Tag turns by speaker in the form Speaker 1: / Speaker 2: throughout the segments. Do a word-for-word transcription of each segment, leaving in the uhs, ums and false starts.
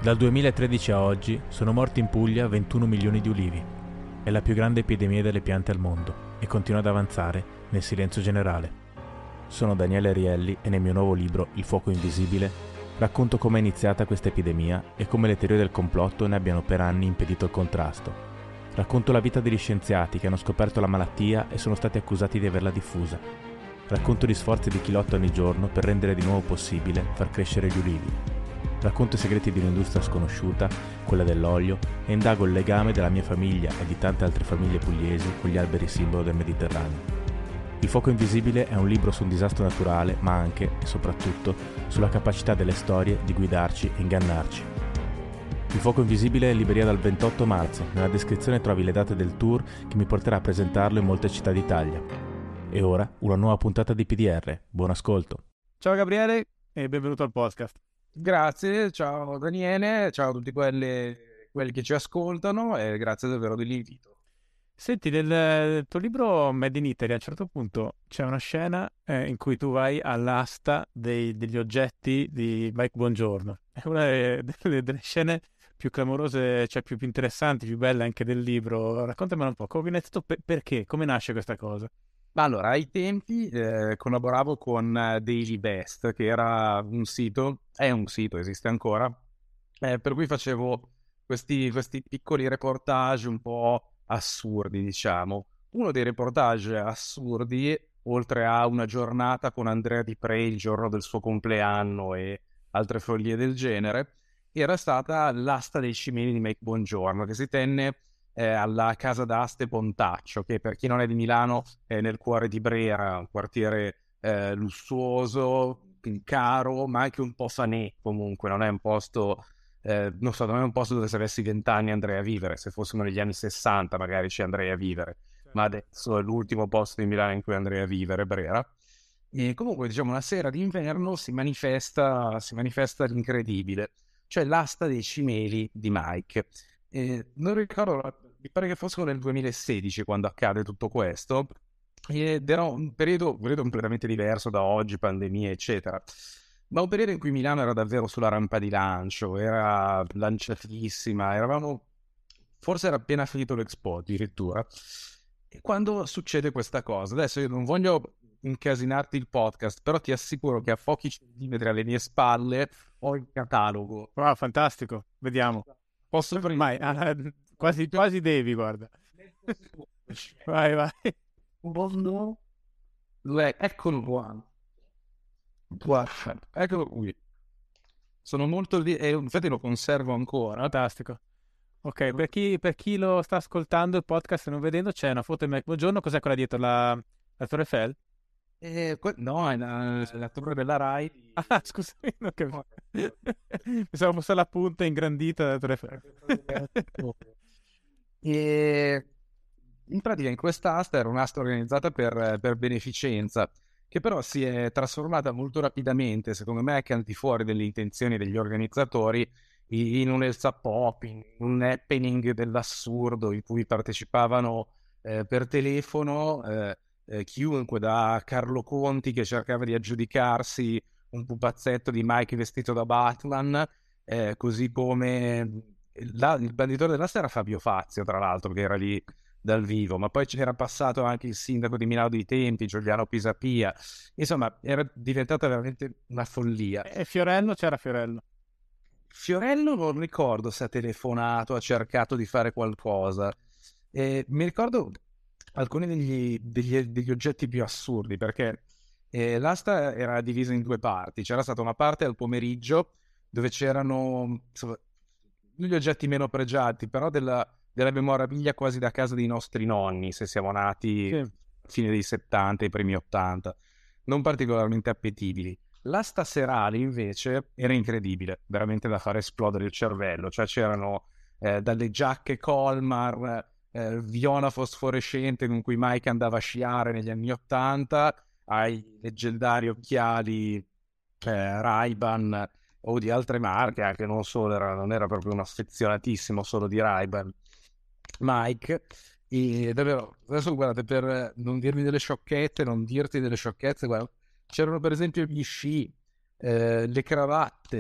Speaker 1: Dal duemilatredici a oggi sono morti in Puglia ventuno milioni di ulivi. È la più grande epidemia delle piante al mondo e continua ad avanzare nel silenzio generale. Sono Daniele Rielli e nel mio nuovo libro Il fuoco invisibile racconto come è iniziata questa epidemia e come le teorie del complotto ne abbiano per anni impedito il contrasto. Racconto la vita degli scienziati che hanno scoperto la malattia e sono stati accusati di averla diffusa. Racconto gli sforzi di chi lotta ogni giorno per rendere di nuovo possibile far crescere gli ulivi. Racconto i segreti di un'industria sconosciuta, quella dell'olio, e indago il legame della mia famiglia e di tante altre famiglie pugliesi con gli alberi simbolo del Mediterraneo. Il fuoco invisibile è un libro su un disastro naturale, ma anche e soprattutto sulla capacità delle storie di guidarci e ingannarci. Il fuoco invisibile è in libreria dal ventotto marzo. Nella descrizione trovi le date del tour che mi porterà a presentarlo in molte città d'Italia. E ora una nuova puntata di P D R. Buon ascolto.
Speaker 2: Ciao Gabriele e benvenuto al podcast.
Speaker 3: Grazie, ciao Daniele, ciao a tutti quelli, quelli che ci ascoltano e grazie davvero dell'invito.
Speaker 2: Senti, nel, nel tuo libro Made in Italy a un certo punto c'è una scena eh, in cui tu vai all'asta dei, degli oggetti di Mike Bongiorno. È una delle, delle, delle scene più clamorose, cioè più, più interessanti, più belle anche del libro. Raccontamelo un po', come viene stato, per, perché, come nasce questa cosa?
Speaker 3: Allora, ai tempi eh, collaboravo con Daily Best, che era un sito, è un sito, esiste ancora, eh, per cui facevo questi, questi piccoli reportage un po' assurdi, diciamo. Uno dei reportage assurdi, oltre a una giornata con Andrea Di Pre il giorno del suo compleanno e altre follie del genere, era stata l'asta dei cimeli di Mike Bongiorno, che si tenne Eh, alla Casa d'Aste Pontaccio, che per chi non è di Milano è nel cuore di Brera, un quartiere eh, lussuoso, caro, ma anche un po' fanè comunque, non è un posto, eh, non so, non è un posto dove se avessi vent'anni andrei a vivere, se fossimo negli anni sessanta magari ci andrei a vivere, ma adesso è l'ultimo posto di Milano in cui andrei a vivere, Brera. E comunque diciamo una sera d'inverno si manifesta, si manifesta l'incredibile, cioè l'asta dei cimeli di Mike. Eh, non ricordo, mi pare che fosse nel duemilasedici quando accade tutto questo, ed era un periodo, un periodo completamente diverso da oggi, pandemia eccetera, ma un periodo in cui Milano era davvero sulla rampa di lancio, era lanciatissima, eravamo, forse era appena finito l'Expo addirittura, e quando succede questa cosa, adesso io non voglio incasinarti il podcast, però ti assicuro che a pochi centimetri alle mie spalle ho il catalogo.
Speaker 2: Wow, fantastico, vediamo.
Speaker 3: Posso
Speaker 2: Mai, ah, quasi, quasi devi, guarda. Vai, vai.
Speaker 3: Buono. Eccolo qua. Guarda, eccolo qui. Sono molto lì e infatti lo conservo ancora.
Speaker 2: Fantastico. Ok, per chi, per chi lo sta ascoltando il podcast e non vedendo, c'è una foto di Mike Bongiorno. Cos'è quella dietro? La, la Torre Eiffel?
Speaker 3: Eh, que- no, è la, la torre della Rai.
Speaker 2: Ah, scusami, non capivo. Pensavo fosse la punta ingrandita della Torre Eiffel.
Speaker 3: E in pratica in quest'asta era un'asta organizzata per, per beneficenza, che però si è trasformata molto rapidamente, secondo me anche al di fuori delle intenzioni degli organizzatori, in un Elsa Popping, un happening dell'assurdo in cui partecipavano eh, per telefono eh, eh, chiunque, da Carlo Conti che cercava di aggiudicarsi un pupazzetto di Mike vestito da Batman, eh, così come la, il banditore dell'asta era Fabio Fazio, tra l'altro, che era lì dal vivo, ma poi c'era passato anche il sindaco di Milano dei tempi, Giuliano Pisapia. Insomma, era diventata veramente una follia.
Speaker 2: E Fiorello, c'era Fiorello.
Speaker 3: Fiorello non ricordo se ha telefonato, ha cercato di fare qualcosa. Eh, mi ricordo alcuni degli, degli, degli oggetti più assurdi, perché eh, l'asta era divisa in due parti. C'era stata una parte al pomeriggio dove c'erano insomma, gli oggetti meno pregiati, però della, della memorabilia quasi da casa dei nostri nonni, se siamo nati
Speaker 2: Sì.
Speaker 3: a fine dei settanta, i primi ottanta, non particolarmente appetibili. L'asta serale invece era incredibile, veramente da fare esplodere il cervello, cioè c'erano eh, dalle giacche Colmar, eh, viola fosforescente con cui Mike andava a sciare negli anni ottanta, ai leggendari occhiali eh, Ray-Ban o di altre marche, anche non solo, era, non era proprio un affezionatissimo solo di Ray-Ban Mike. E davvero, adesso guardate, per non dirmi delle sciocchezze, non dirti delle sciocchezze, guarda, c'erano per esempio gli sci, eh, le cravatte,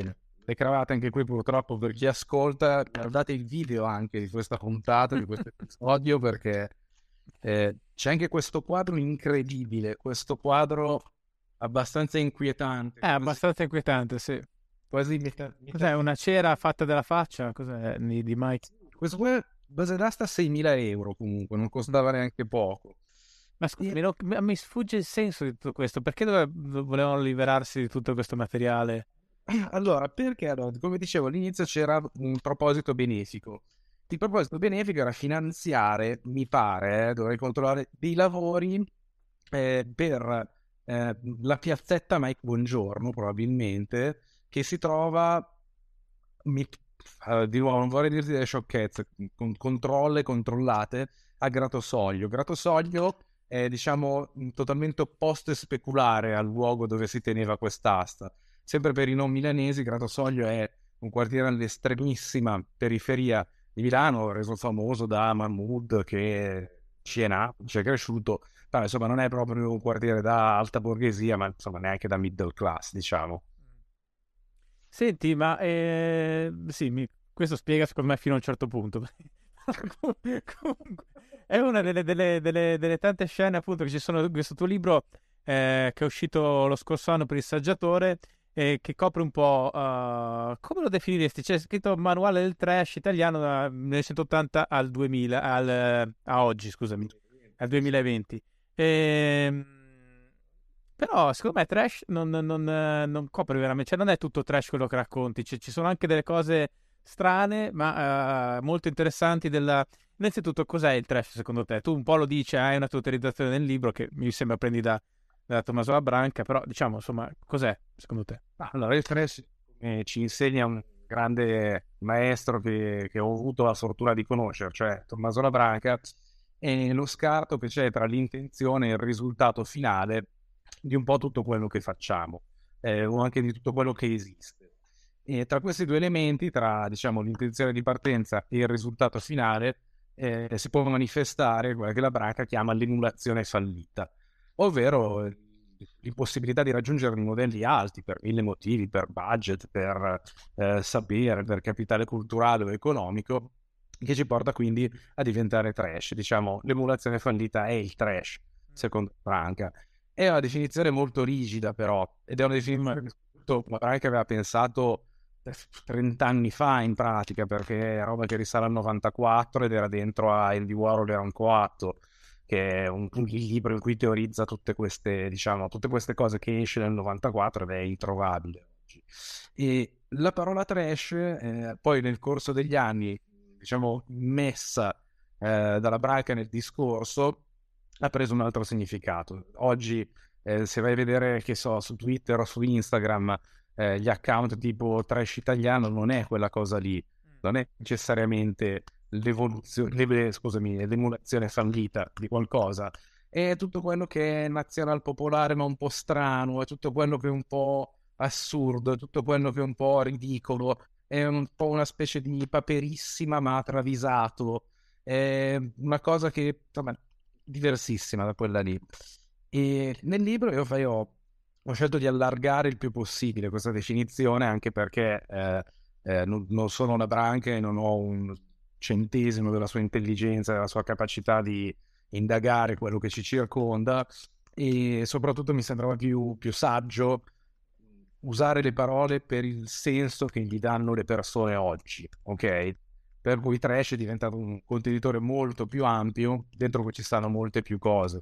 Speaker 3: le cravatte anche qui purtroppo per chi ascolta, guardate il video anche di questa puntata, di questo episodio, perché eh, c'è anche questo quadro incredibile, questo quadro abbastanza inquietante.
Speaker 2: È abbastanza inquietante, sì.
Speaker 3: Quasi meta-
Speaker 2: Cos'è, una cera fatta della faccia? Cos'è di, di Mike?
Speaker 3: Questo qua base d'asta seimila euro comunque, non costava neanche poco.
Speaker 2: Ma scusami, no, mi sfugge il senso di tutto questo. Perché dove, volevano liberarsi di tutto questo materiale?
Speaker 3: Allora, perché allora, come dicevo all'inizio c'era un proposito benefico. Il proposito benefico era finanziare, mi pare, eh, dovrei controllare, dei lavori eh, per eh, la piazzetta Mike Buongiorno, probabilmente, che si trova, mi, eh, di nuovo, non vorrei dirti delle sciocchezze, con, controlle, controllate, a Gratosoglio. Gratosoglio è, diciamo, totalmente opposto e speculare al luogo dove si teneva quest'asta. Sempre per i non milanesi, Gratosoglio è un quartiere all'estremissima periferia di Milano, reso famoso da Mahmood, che ci è nato, ci è cresciuto, però insomma non è proprio un quartiere da alta borghesia, ma insomma neanche da middle class, diciamo.
Speaker 2: Senti, ma eh, sì, mi- questo spiega secondo me fino a un certo punto. Comunque, è una delle, delle- delle- delle tante scene appunto che ci sono in questo tuo libro eh, che è uscito lo scorso anno per il Saggiatore e che copre un po', uh, come lo definiresti? C'è scritto Manuale del Trash italiano da millenovecentottanta al duemila, al, a oggi, scusami, al duemilaventi. Ehm, Però secondo me trash non, non, eh, non copre veramente, cioè non è tutto trash quello che racconti, cioè, ci sono anche delle cose strane ma eh, molto interessanti della... Innanzitutto cos'è il trash secondo te? Tu un po' lo dici, hai una tua utilizzazione nel libro che mi sembra prendi da, da Tommaso Labranca, però diciamo insomma cos'è secondo te?
Speaker 3: Ah, allora, il trash eh, ci insegna un grande maestro che, che ho avuto la fortuna di conoscere, cioè Tommaso Labranca, e lo scarto che c'è tra l'intenzione e il risultato finale di un po' tutto quello che facciamo, eh, o anche di tutto quello che esiste. E tra questi due elementi, tra diciamo l'intenzione di partenza e il risultato finale, eh, si può manifestare quella che la Branca chiama l'emulazione fallita, ovvero eh, l'impossibilità di raggiungere modelli alti per mille motivi, per budget, per eh, sapere, per capitale culturale o economico, che ci porta quindi a diventare trash. Diciamo, l'emulazione fallita è il trash, secondo Branca. È una definizione molto rigida, però, ed è una definizione che Branca aveva pensato trenta anni fa in pratica, perché è roba che risale al novantaquattro ed era dentro a Andy Warhol era un coatto, che è un, un libro in cui teorizza tutte queste, diciamo, tutte queste cose, che esce nel novantaquattro ed è introvabile oggi. E la parola trash, eh, poi nel corso degli anni, diciamo, messa eh, dalla Branca nel discorso, ha preso un altro significato. Oggi, eh, se vai a vedere, che so, su Twitter o su Instagram, eh, gli account tipo Trash Italiano, non è quella cosa lì, non è necessariamente l'evoluzione, l'e- scusami, l'emulazione fallita di qualcosa, è tutto quello che è nazional popolare ma un po' strano, è tutto quello che è un po' assurdo, è tutto quello che è un po' ridicolo, è un po' una specie di paperissima ma travisato, è una cosa che insomma diversissima da quella lì. E nel libro io fai, ho, ho scelto di allargare il più possibile questa definizione, anche perché eh, eh, non, non sono una Branca e non ho un centesimo della sua intelligenza, della sua capacità di indagare quello che ci circonda, e soprattutto mi sembrava più, più saggio usare le parole per il senso che gli danno le persone oggi, ok? Per cui trash è diventato un contenitore molto più ampio, dentro cui ci stanno molte più cose.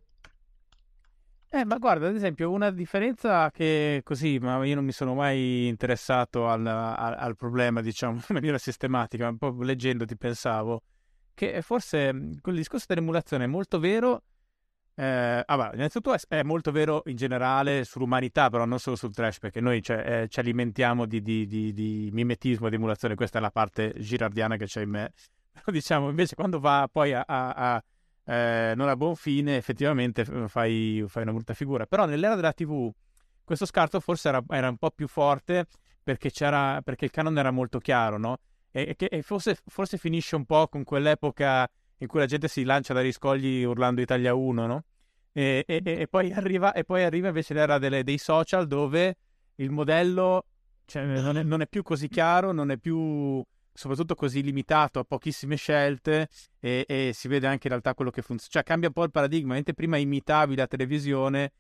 Speaker 2: Eh, ma guarda, ad esempio, una differenza che così, ma io non mi sono mai interessato al, al- al problema, diciamo, in maniera sistematica, ma un po' leggendoti pensavo che forse mh, quel discorso dell'emulazione è molto vero. Eh, ah, va, innanzitutto è, è molto vero in generale sull'umanità, però non solo sul trash, perché noi cioè, eh, ci alimentiamo di, di- di- di mimetismo e di emulazione, questa è la parte girardiana che c'è in me. Però diciamo, invece, quando va poi a, a- a, eh, non a buon fine, effettivamente f- fai, fai una brutta figura. Però nell'era della T V questo scarto forse era, era un po' più forte perché, c'era, perché il canon era molto chiaro, no? E, e che, e forse, forse finisce un po' con quell'epoca in cui la gente si lancia dagli scogli urlando Italia uno, no? E, e- e poi arriva, e poi arriva invece l'era delle- dei social dove il modello cioè, non, è, non è più così chiaro, non è più soprattutto così limitato a pochissime scelte e, e si vede anche in realtà quello che funziona, cioè cambia un po' il paradigma, mentre prima imitavi la televisione,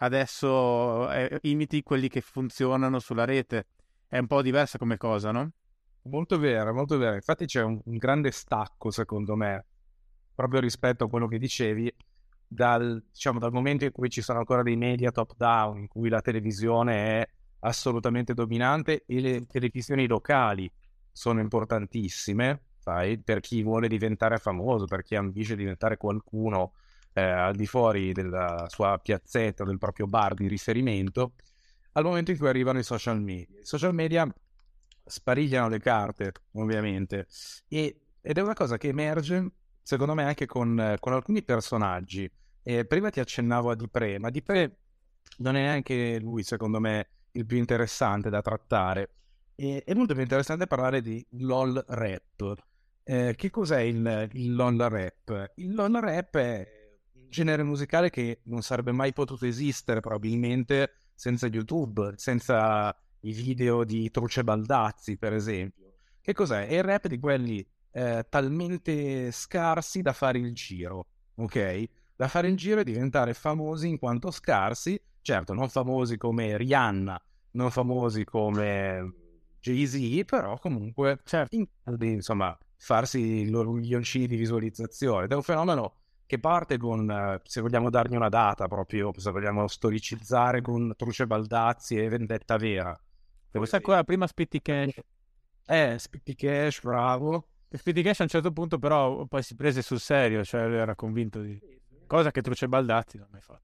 Speaker 2: adesso eh, imiti quelli che funzionano sulla rete, è un po' diversa come cosa, no?
Speaker 3: Molto vero, molto vero. Infatti c'è un, un grande stacco, secondo me, proprio rispetto a quello che dicevi, dal, diciamo, dal momento in cui ci sono ancora dei media top-down, in cui la televisione è assolutamente dominante e le televisioni locali sono importantissime, sai, per chi vuole diventare famoso, per chi ambisce a diventare qualcuno eh, al di fuori della sua piazzetta, del proprio bar di riferimento, al momento in cui arrivano i social media. I social media sparigliano le carte, ovviamente, e, ed è una cosa che emerge, secondo me, anche con, con alcuni personaggi. E prima ti accennavo a Dipre, ma Dipre non è neanche lui, secondo me, il più interessante da trattare. E, è molto più interessante parlare di LOL rap. Eh, che cos'è il, il LOL rap? Il LOL rap è un genere musicale che non sarebbe mai potuto esistere, probabilmente, senza YouTube, senza i video di Truce Baldazzi, per esempio. Che cos'è? È il rap di quelli eh, talmente scarsi da fare il giro, ok? Da fare il giro e diventare famosi in quanto scarsi, certo, non famosi come Rihanna, non famosi come Jay-Z, però comunque,
Speaker 2: Certo.
Speaker 3: in, insomma, farsi i loro milioncini di visualizzazione. Ed è un fenomeno che parte con, eh, se vogliamo dargli una data proprio, se vogliamo storicizzare con Truce Baldazzi e Vendetta Vera.
Speaker 2: Forse ancora prima Spitty Cash.
Speaker 3: Eh, Spitty Cash, bravo.
Speaker 2: Spitty Cash a un certo punto però poi si prese sul serio, cioè lui era convinto di... Cosa che Truce Baldazzi non ha mai fatto.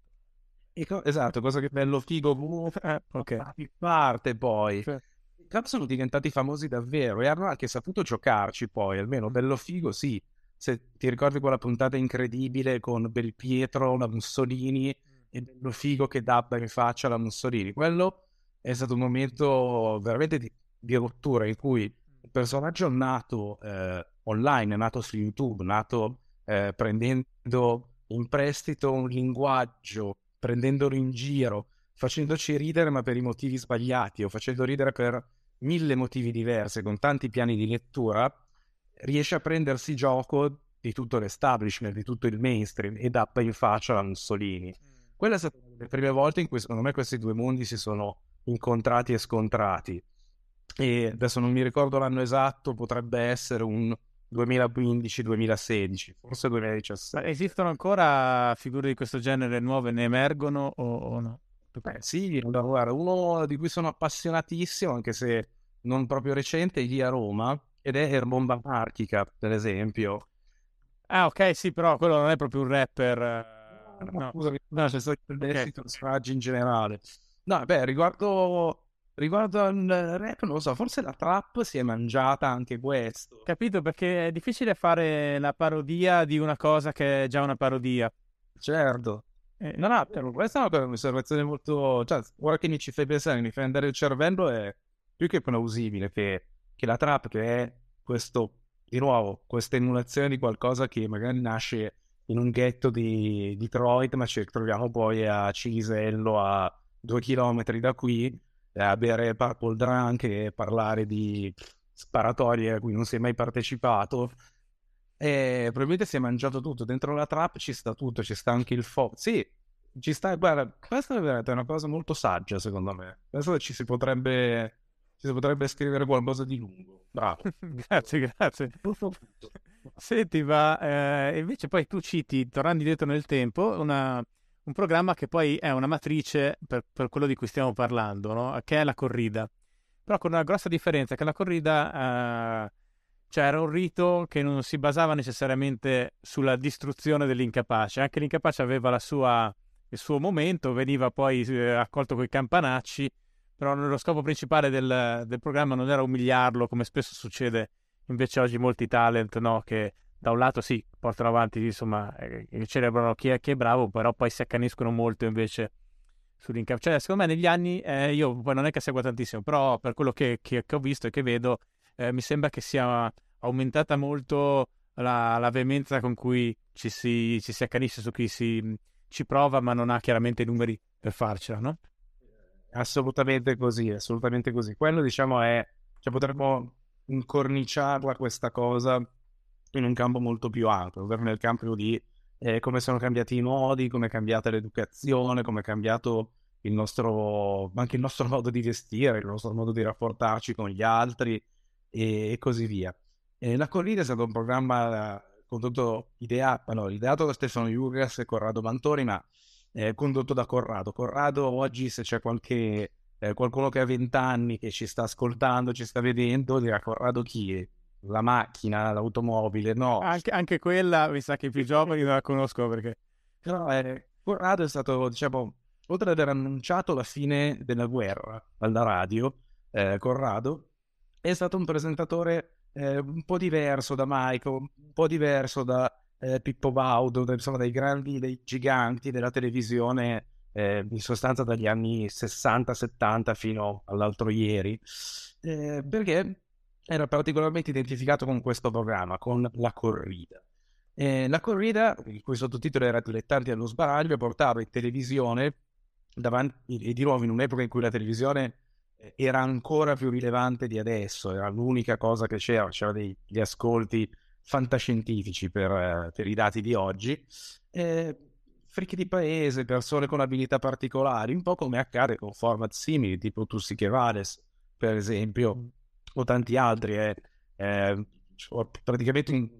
Speaker 3: E co- esatto, cosa che bello figo,
Speaker 2: Eh, ok.
Speaker 3: parte poi.
Speaker 2: Cioè,
Speaker 3: I club sono diventati famosi davvero e hanno anche saputo giocarci poi, almeno bello figo, sì. Se ti ricordi quella puntata incredibile con Belpietro, la Mussolini e bello figo che dabba in faccia la Mussolini, quello è stato un momento veramente di, di rottura in cui il personaggio nato eh, online, nato su YouTube, nato eh, prendendo in prestito un linguaggio, prendendolo in giro, facendoci ridere ma per i motivi sbagliati o facendo ridere per mille motivi diversi, con tanti piani di lettura, riesce a prendersi gioco di tutto l'establishment, di tutto il mainstream e dappa in faccia la Mussolini. Quella è stata una delle prime volte in cui secondo me questi due mondi si sono incontrati e scontrati. E adesso non mi ricordo l'anno esatto, potrebbe essere un duemilaquindici duemilasedici, forse
Speaker 2: ma
Speaker 3: duemiladiciassette.
Speaker 2: esistono ancora figure di questo genere nuove, ne emergono o, o no?
Speaker 3: Beh, sì, allora, guarda, uno di cui sono appassionatissimo, anche se non proprio recente, è lì a Roma, ed è Erbomba Anarchica, per esempio.
Speaker 2: Ah, ok, sì, però quello non è proprio un rapper. eh,
Speaker 3: No,
Speaker 2: No,
Speaker 3: scusami,
Speaker 2: no,
Speaker 3: c'è stato il
Speaker 2: ok.
Speaker 3: i personaggi in generale. No, beh, riguardo, riguardo al rap, non lo so, forse la trap si è mangiata anche questo.
Speaker 2: Capito, perché è difficile fare la parodia di una cosa che è già una parodia.
Speaker 3: Certo.
Speaker 2: Eh,
Speaker 3: No, no, però questa è un'osservazione molto... Cioè, ora che mi ci fai pensare, mi fai andare il cervello, è più che plausibile che, che la trap, che è questo, di nuovo, questa emulazione di qualcosa che magari nasce in un ghetto di Detroit, ma ci troviamo poi a Cinisello, a due chilometri da qui, a bere Purple Drunk e parlare di sparatorie a cui non sei mai partecipato. E probabilmente si è mangiato tutto. Dentro la trap ci sta tutto, ci sta anche il fo. Sì, ci sta. Guarda, questa è veramente una cosa molto saggia, secondo me. Penso che ci si potrebbe, ci si potrebbe scrivere qualcosa di lungo. Bravo.
Speaker 2: Grazie, grazie. Senti, ma eh, invece poi tu citi, tornando indietro nel tempo, una- un programma che poi è una matrice per, per quello di cui stiamo parlando, no? Che è la corrida. Però con una grossa differenza, che la corrida, eh, cioè era un rito che non si basava necessariamente sulla distruzione dell'incapace. Anche l'incapace aveva la sua, il suo momento, veniva poi eh, accolto coi campanacci, però lo scopo principale del, del programma non era umiliarlo, come spesso succede invece oggi molti talent, no? Che da un lato sì, portano avanti, insomma, eh, celebrano chi è, chi è bravo, però poi si accaniscono molto invece sull'incapace. Cioè, secondo me negli anni, eh, io poi non è che segua tantissimo, però per quello che, che- che ho visto e che vedo, eh, mi sembra che sia aumentata molto la, la veemenza con cui ci si, ci si accanisce su chi si, ci prova, ma non ha chiaramente i numeri per farcela, no?
Speaker 3: assolutamente così, assolutamente così. Quello, diciamo, è, cioè potremmo incorniciarla questa cosa in un campo molto più ampio, ovvero nel campo di eh, come sono cambiati i modi, come è cambiata l'educazione, come è cambiato il nostro, anche il nostro modo di vestire, il nostro modo di rapportarci con gli altri e, e così via. E la Corrida è stato un programma eh, condotto, ideato, no, ideato da Stefano Jugas e Corrado Mantori, ma eh, condotto da Corrado. Corrado oggi, se c'è qualche eh, qualcuno che ha vent'anni che ci sta ascoltando, ci sta vedendo, dirà: Corrado chi è? La macchina, l'automobile? No.
Speaker 2: Anche, anche quella, mi sa che i più giovani non la conosco perché...
Speaker 3: Però eh, Corrado è stato, diciamo, oltre ad aver annunciato la fine della guerra alla radio, eh, Corrado è stato un presentatore eh, un po' diverso da Michael, un po' diverso da eh, Pippo Baudo, da- insomma dai grandi, dei giganti della televisione, eh, in sostanza dagli anni sessanta settanta fino all'altro ieri, eh, perché era particolarmente identificato con questo programma, con La Corrida. Eh, la corrida, il cui sottotitolo era Dilettanti allo sbaraglio, portava in televisione, davanti, e di nuovo in un'epoca in cui la televisione eh, era ancora più rilevante di adesso, era l'unica cosa che c'era, c'erano degli ascolti fantascientifici per, eh, per i dati di oggi, eh, fricchi di paese, persone con abilità particolari, un po' come accade con format simili, tipo Tussi che Vales, per esempio, o tanti altri, eh. Eh, cioè, praticamente un,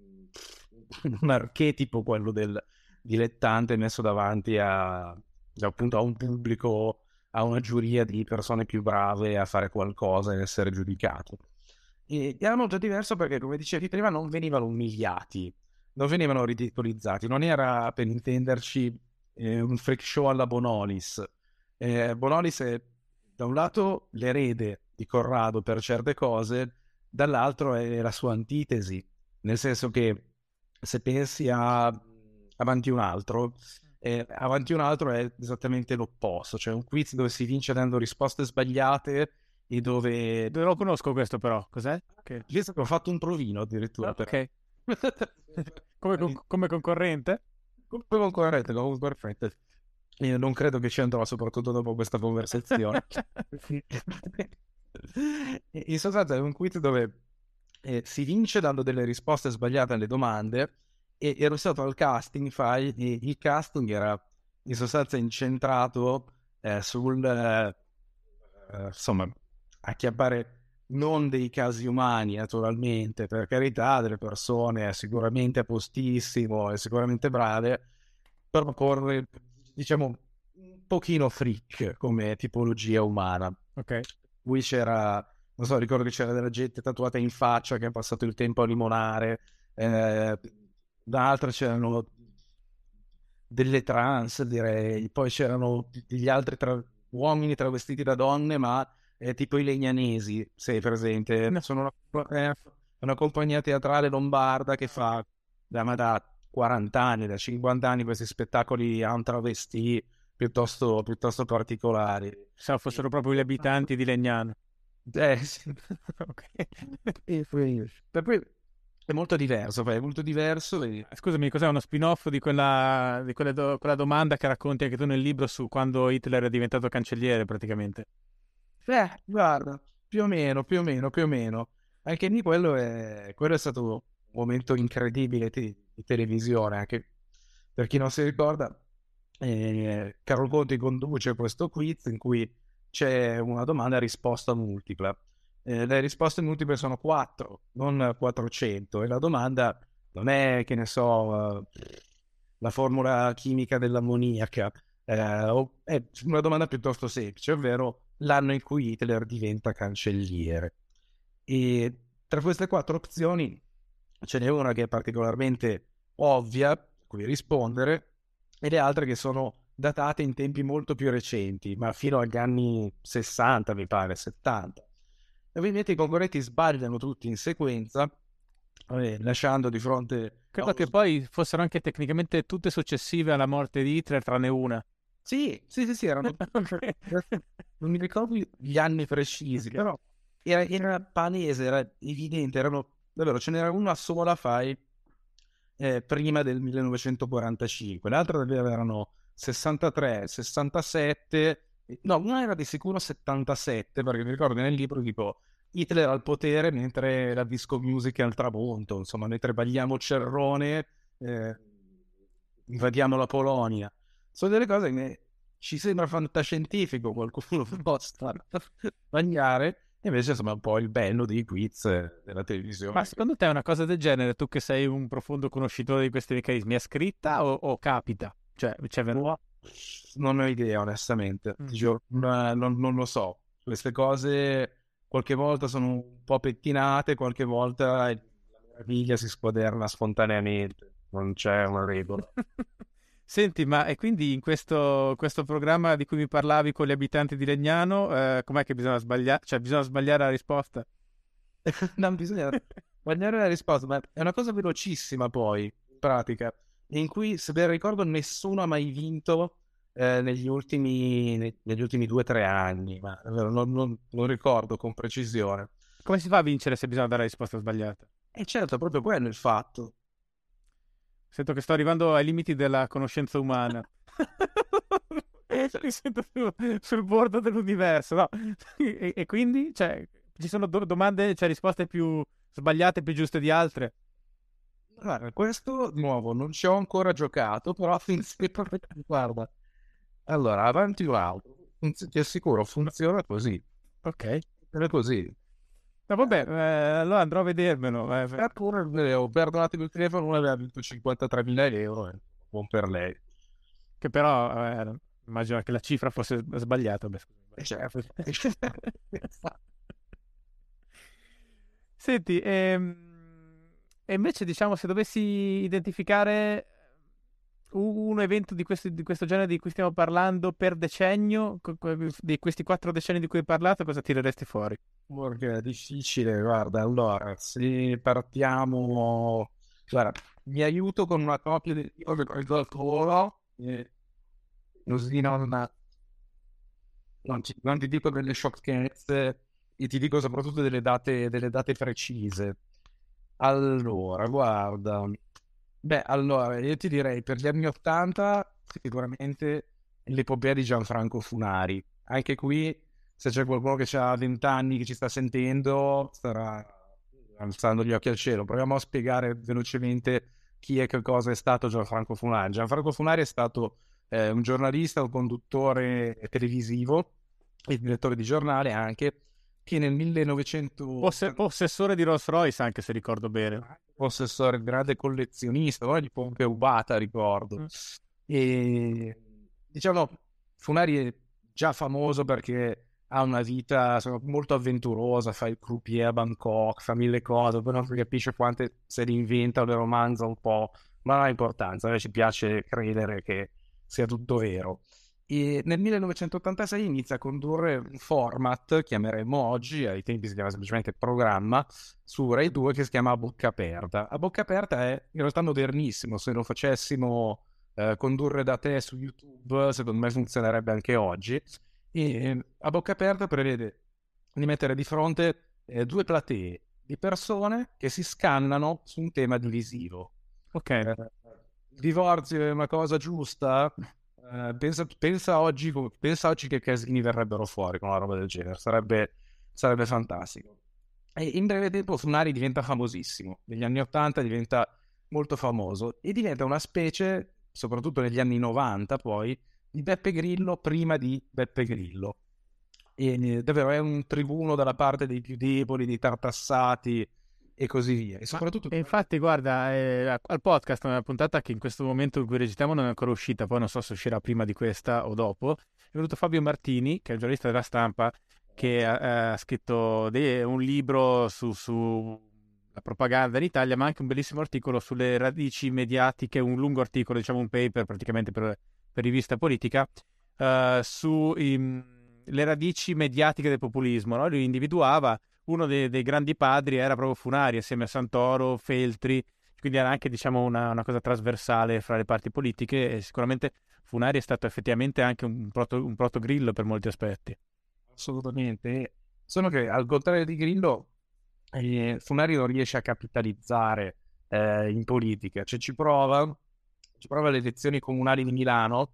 Speaker 3: un archetipo, quello del dilettante messo davanti a, appunto, a un pubblico, a una giuria di persone più brave a fare qualcosa e essere giudicato. E era molto diverso perché, come dicevi prima, non venivano umiliati, non venivano ridicolizzati, non era, per intenderci, eh, un freak show alla Bonolis. Eh, Bonolis è da un lato l'erede di Corrado per certe cose, dall'altro è la sua antitesi, nel senso che se pensi a Avanti un altro, eh, Avanti un altro è esattamente l'opposto, cioè un quiz dove si vince dando risposte sbagliate e dove...
Speaker 2: Non lo conosco questo però, cos'è? Che...
Speaker 3: Visto che ho fatto un provino addirittura.
Speaker 2: Ah,
Speaker 3: per...
Speaker 2: ok. come, con- come concorrente?
Speaker 3: Come concorrente, come concorrente. Io non credo che ci andrò, soprattutto dopo questa conversazione. In sostanza è un quiz dove eh, si vince dando delle risposte sbagliate alle domande, e ero stato al casting, fai, e il casting era in sostanza incentrato eh, sul eh, eh, insomma, acchiappare non dei casi umani, naturalmente, per carità, delle persone sicuramente a postissimo e sicuramente brave, però con, diciamo, un pochino freak come tipologia umana.
Speaker 2: Ok.
Speaker 3: Qui c'era, non so, ricordo che c'era della gente tatuata in faccia che ha passato il tempo a limonare, eh, da altre c'erano delle trans, direi, poi c'erano degli altri tra... uomini travestiti da donne, ma eh, tipo i Legnanesi, sei presente?
Speaker 2: No.
Speaker 3: Sono una, eh, una compagnia teatrale lombarda che fa da, ma da quaranta anni, da cinquanta anni, questi spettacoli a un travesti piuttosto, piuttosto particolari.
Speaker 2: Se fossero proprio gli abitanti di Legnano.
Speaker 3: Eh, sì.
Speaker 2: Ok.
Speaker 3: Per cui è molto diverso, è molto diverso. E...
Speaker 2: Scusami, cos'è uno spin-off di quella, di quelle do- quella domanda che racconti anche tu nel libro su quando Hitler è diventato cancelliere, praticamente?
Speaker 3: Eh, guarda, più o meno, più o meno, più o meno. Anche lì quello è, quello è stato un momento incredibile di, di televisione, anche per chi non si ricorda, eh, Carlo Conti conduce questo quiz in cui c'è una domanda a risposta multipla. Eh, le risposte multiple sono quattro, non quattrocento, e la domanda non è, che ne so, eh, la formula chimica dell'ammoniaca, eh, o- è una domanda piuttosto semplice, ovvero l'anno in cui Hitler diventa cancelliere. E tra queste quattro opzioni ce n'è una che è particolarmente ovvia, a cui rispondere, e le altre che sono datate in tempi molto più recenti, ma fino agli anni sessanta, mi pare, settanta. E ovviamente i concorrenti sbagliano tutti in sequenza, eh, lasciando di fronte...
Speaker 2: Credo che poi fossero anche tecnicamente tutte successive alla morte di Hitler, tranne una.
Speaker 3: Sì, sì, sì, sì, erano... non mi ricordo gli anni precisi, okay. Però era, era palese, era evidente, erano... Davvero, ce n'era una sola, fai, eh, prima del millenovecentoquarantacinque, l'altra davvero erano sessantatré, sessantasette No, una era di sicuro settantasette, perché mi ricordo nel libro tipo Hitler al potere mentre la disco music è al tramonto, insomma, mentre balliamo Cerrone, eh, invadiamo la Polonia. Sono delle cose che ci sembra fantascientifico, qualcuno possa sbagliare, e invece insomma è un po' il bello dei quiz eh, della televisione.
Speaker 2: Ma secondo te una cosa del genere, tu che sei un profondo conoscitore di questi meccanismi, è scritta o, o capita? Cioè, c'è ver-
Speaker 3: Non ho idea, onestamente.
Speaker 2: Mm.
Speaker 3: Ti giuro, non, non- non lo so. Queste cose qualche volta sono un po' pettinate, qualche volta la meraviglia si spoderna spontaneamente. Non c'è una regola.
Speaker 2: Senti, ma e quindi in questo, questo programma di cui mi parlavi con gli abitanti di Legnano, eh, com'è che bisogna sbagliare? Cioè, bisogna sbagliare la risposta?
Speaker 3: Non bisogna sbagliare la risposta, ma è una cosa velocissima poi, in pratica, in cui, se ben ricordo, nessuno ha mai vinto eh, negli ultimi, ne- negli ultimi due o tre anni, ma davvero non, non- non ricordo con precisione.
Speaker 2: Come si fa a vincere se bisogna dare la risposta sbagliata?
Speaker 3: E certo, è proprio quello il fatto.
Speaker 2: Sento che sto arrivando ai limiti della conoscenza umana. Mi sento su- sul bordo dell'universo, no? E, e quindi, cioè, ci sono do- domande, cioè risposte più sbagliate, più giuste di altre?
Speaker 3: Guarda, questo nuovo non ci ho ancora giocato, però finché guarda. Allora, avanti un altro. Funz- ti assicuro, funziona così.
Speaker 2: Ok.
Speaker 3: È così.
Speaker 2: No, vabbè, eh, allora andrò a vedermelo. eh.
Speaker 3: Eppure, ho perdo un attimo il telefono, uno aveva vinto cinquantatremila euro, eh. Buon per lei.
Speaker 2: Che però, eh, immagino che la cifra fosse sbagliata. Beh,
Speaker 3: E certo.
Speaker 2: Senti, ehm, e invece diciamo se dovessi identificare un un evento di, questi- di questo genere di cui stiamo parlando per decennio, co- co- di questi quattro decenni di cui hai parlato, cosa tireresti fuori?
Speaker 3: Morgan, è difficile, guarda, allora, se partiamo, guarda, mi aiuto con una copia del libro che ho ancora, eh, così non, non ti, non ti dico delle sciocchezze e ti dico soprattutto delle date, delle date precise. Allora, guarda, beh, allora, io ti direi per gli anni Ottanta sicuramente l'epopea di Gianfranco Funari. Anche qui, se c'è qualcuno che ha venti anni che ci sta sentendo, starà alzando gli occhi al cielo. Proviamo a spiegare velocemente chi e che cosa è stato Gianfranco Funari. Gianfranco Funari è stato eh, un giornalista, un conduttore televisivo e direttore di giornale anche, che nel millenovecento
Speaker 2: Posse- possessore di Rolls Royce, anche se ricordo bene.
Speaker 3: possessore, grande collezionista, no? Di pompe ubata, ricordo.
Speaker 2: Mm.
Speaker 3: E diciamo, Funari è già famoso perché ha una vita insomma, molto avventurosa, fa il croupier a Bangkok, fa mille cose, poi non si capisce quante se li inventa o le romanza un po', ma non ha importanza, a noi ci piace credere che sia tutto vero. E nel millenovecentottantasei inizia a condurre un format, chiameremmo oggi, ai tempi si chiama semplicemente programma, su Rai due che si chiama A Bocca Aperta. A Bocca Aperta è in realtà modernissimo, se lo facessimo eh, condurre da te su YouTube, secondo me funzionerebbe anche oggi. E eh, A Bocca Aperta prevede di mettere di fronte eh, due platee di persone che si scannano su un tema divisivo.
Speaker 2: Ok.
Speaker 3: Eh, il divorzio è una cosa giusta? Eh, pensa, pensa oggi, come- pensa oggi che casini verrebbero fuori con una roba del genere, sarebbe, sarebbe fantastico. E in breve tempo Funari diventa famosissimo, negli anni ottanta diventa molto famoso e diventa una specie, soprattutto negli anni novanta poi, di Beppe Grillo prima di Beppe Grillo. E eh, davvero è un tribuno dalla parte dei più deboli, dei tartassati e così via. E soprattutto
Speaker 2: E infatti, guarda, eh, al podcast, una puntata che in questo momento in cui registriamo non è ancora uscita, poi non so se uscirà prima di questa o dopo, è venuto Fabio Martini, che è un giornalista della Stampa, che ha, ha scritto de- un libro su, su la propaganda in Italia, ma anche un bellissimo articolo sulle radici mediatiche, un lungo articolo, diciamo un paper praticamente per, per rivista politica, eh, sulle radici mediatiche del populismo, no? Lui individuava uno dei, dei grandi padri era proprio Funari, assieme a Santoro, Feltri, quindi era anche diciamo una, una cosa trasversale fra le parti politiche e sicuramente Funari è stato effettivamente anche un, proto, un protogrillo per molti aspetti.
Speaker 3: assolutamente. Solo che al contrario di Grillo, eh, Funari non riesce a capitalizzare eh, in politica, cioè ci prova, ci prova alle elezioni comunali di Milano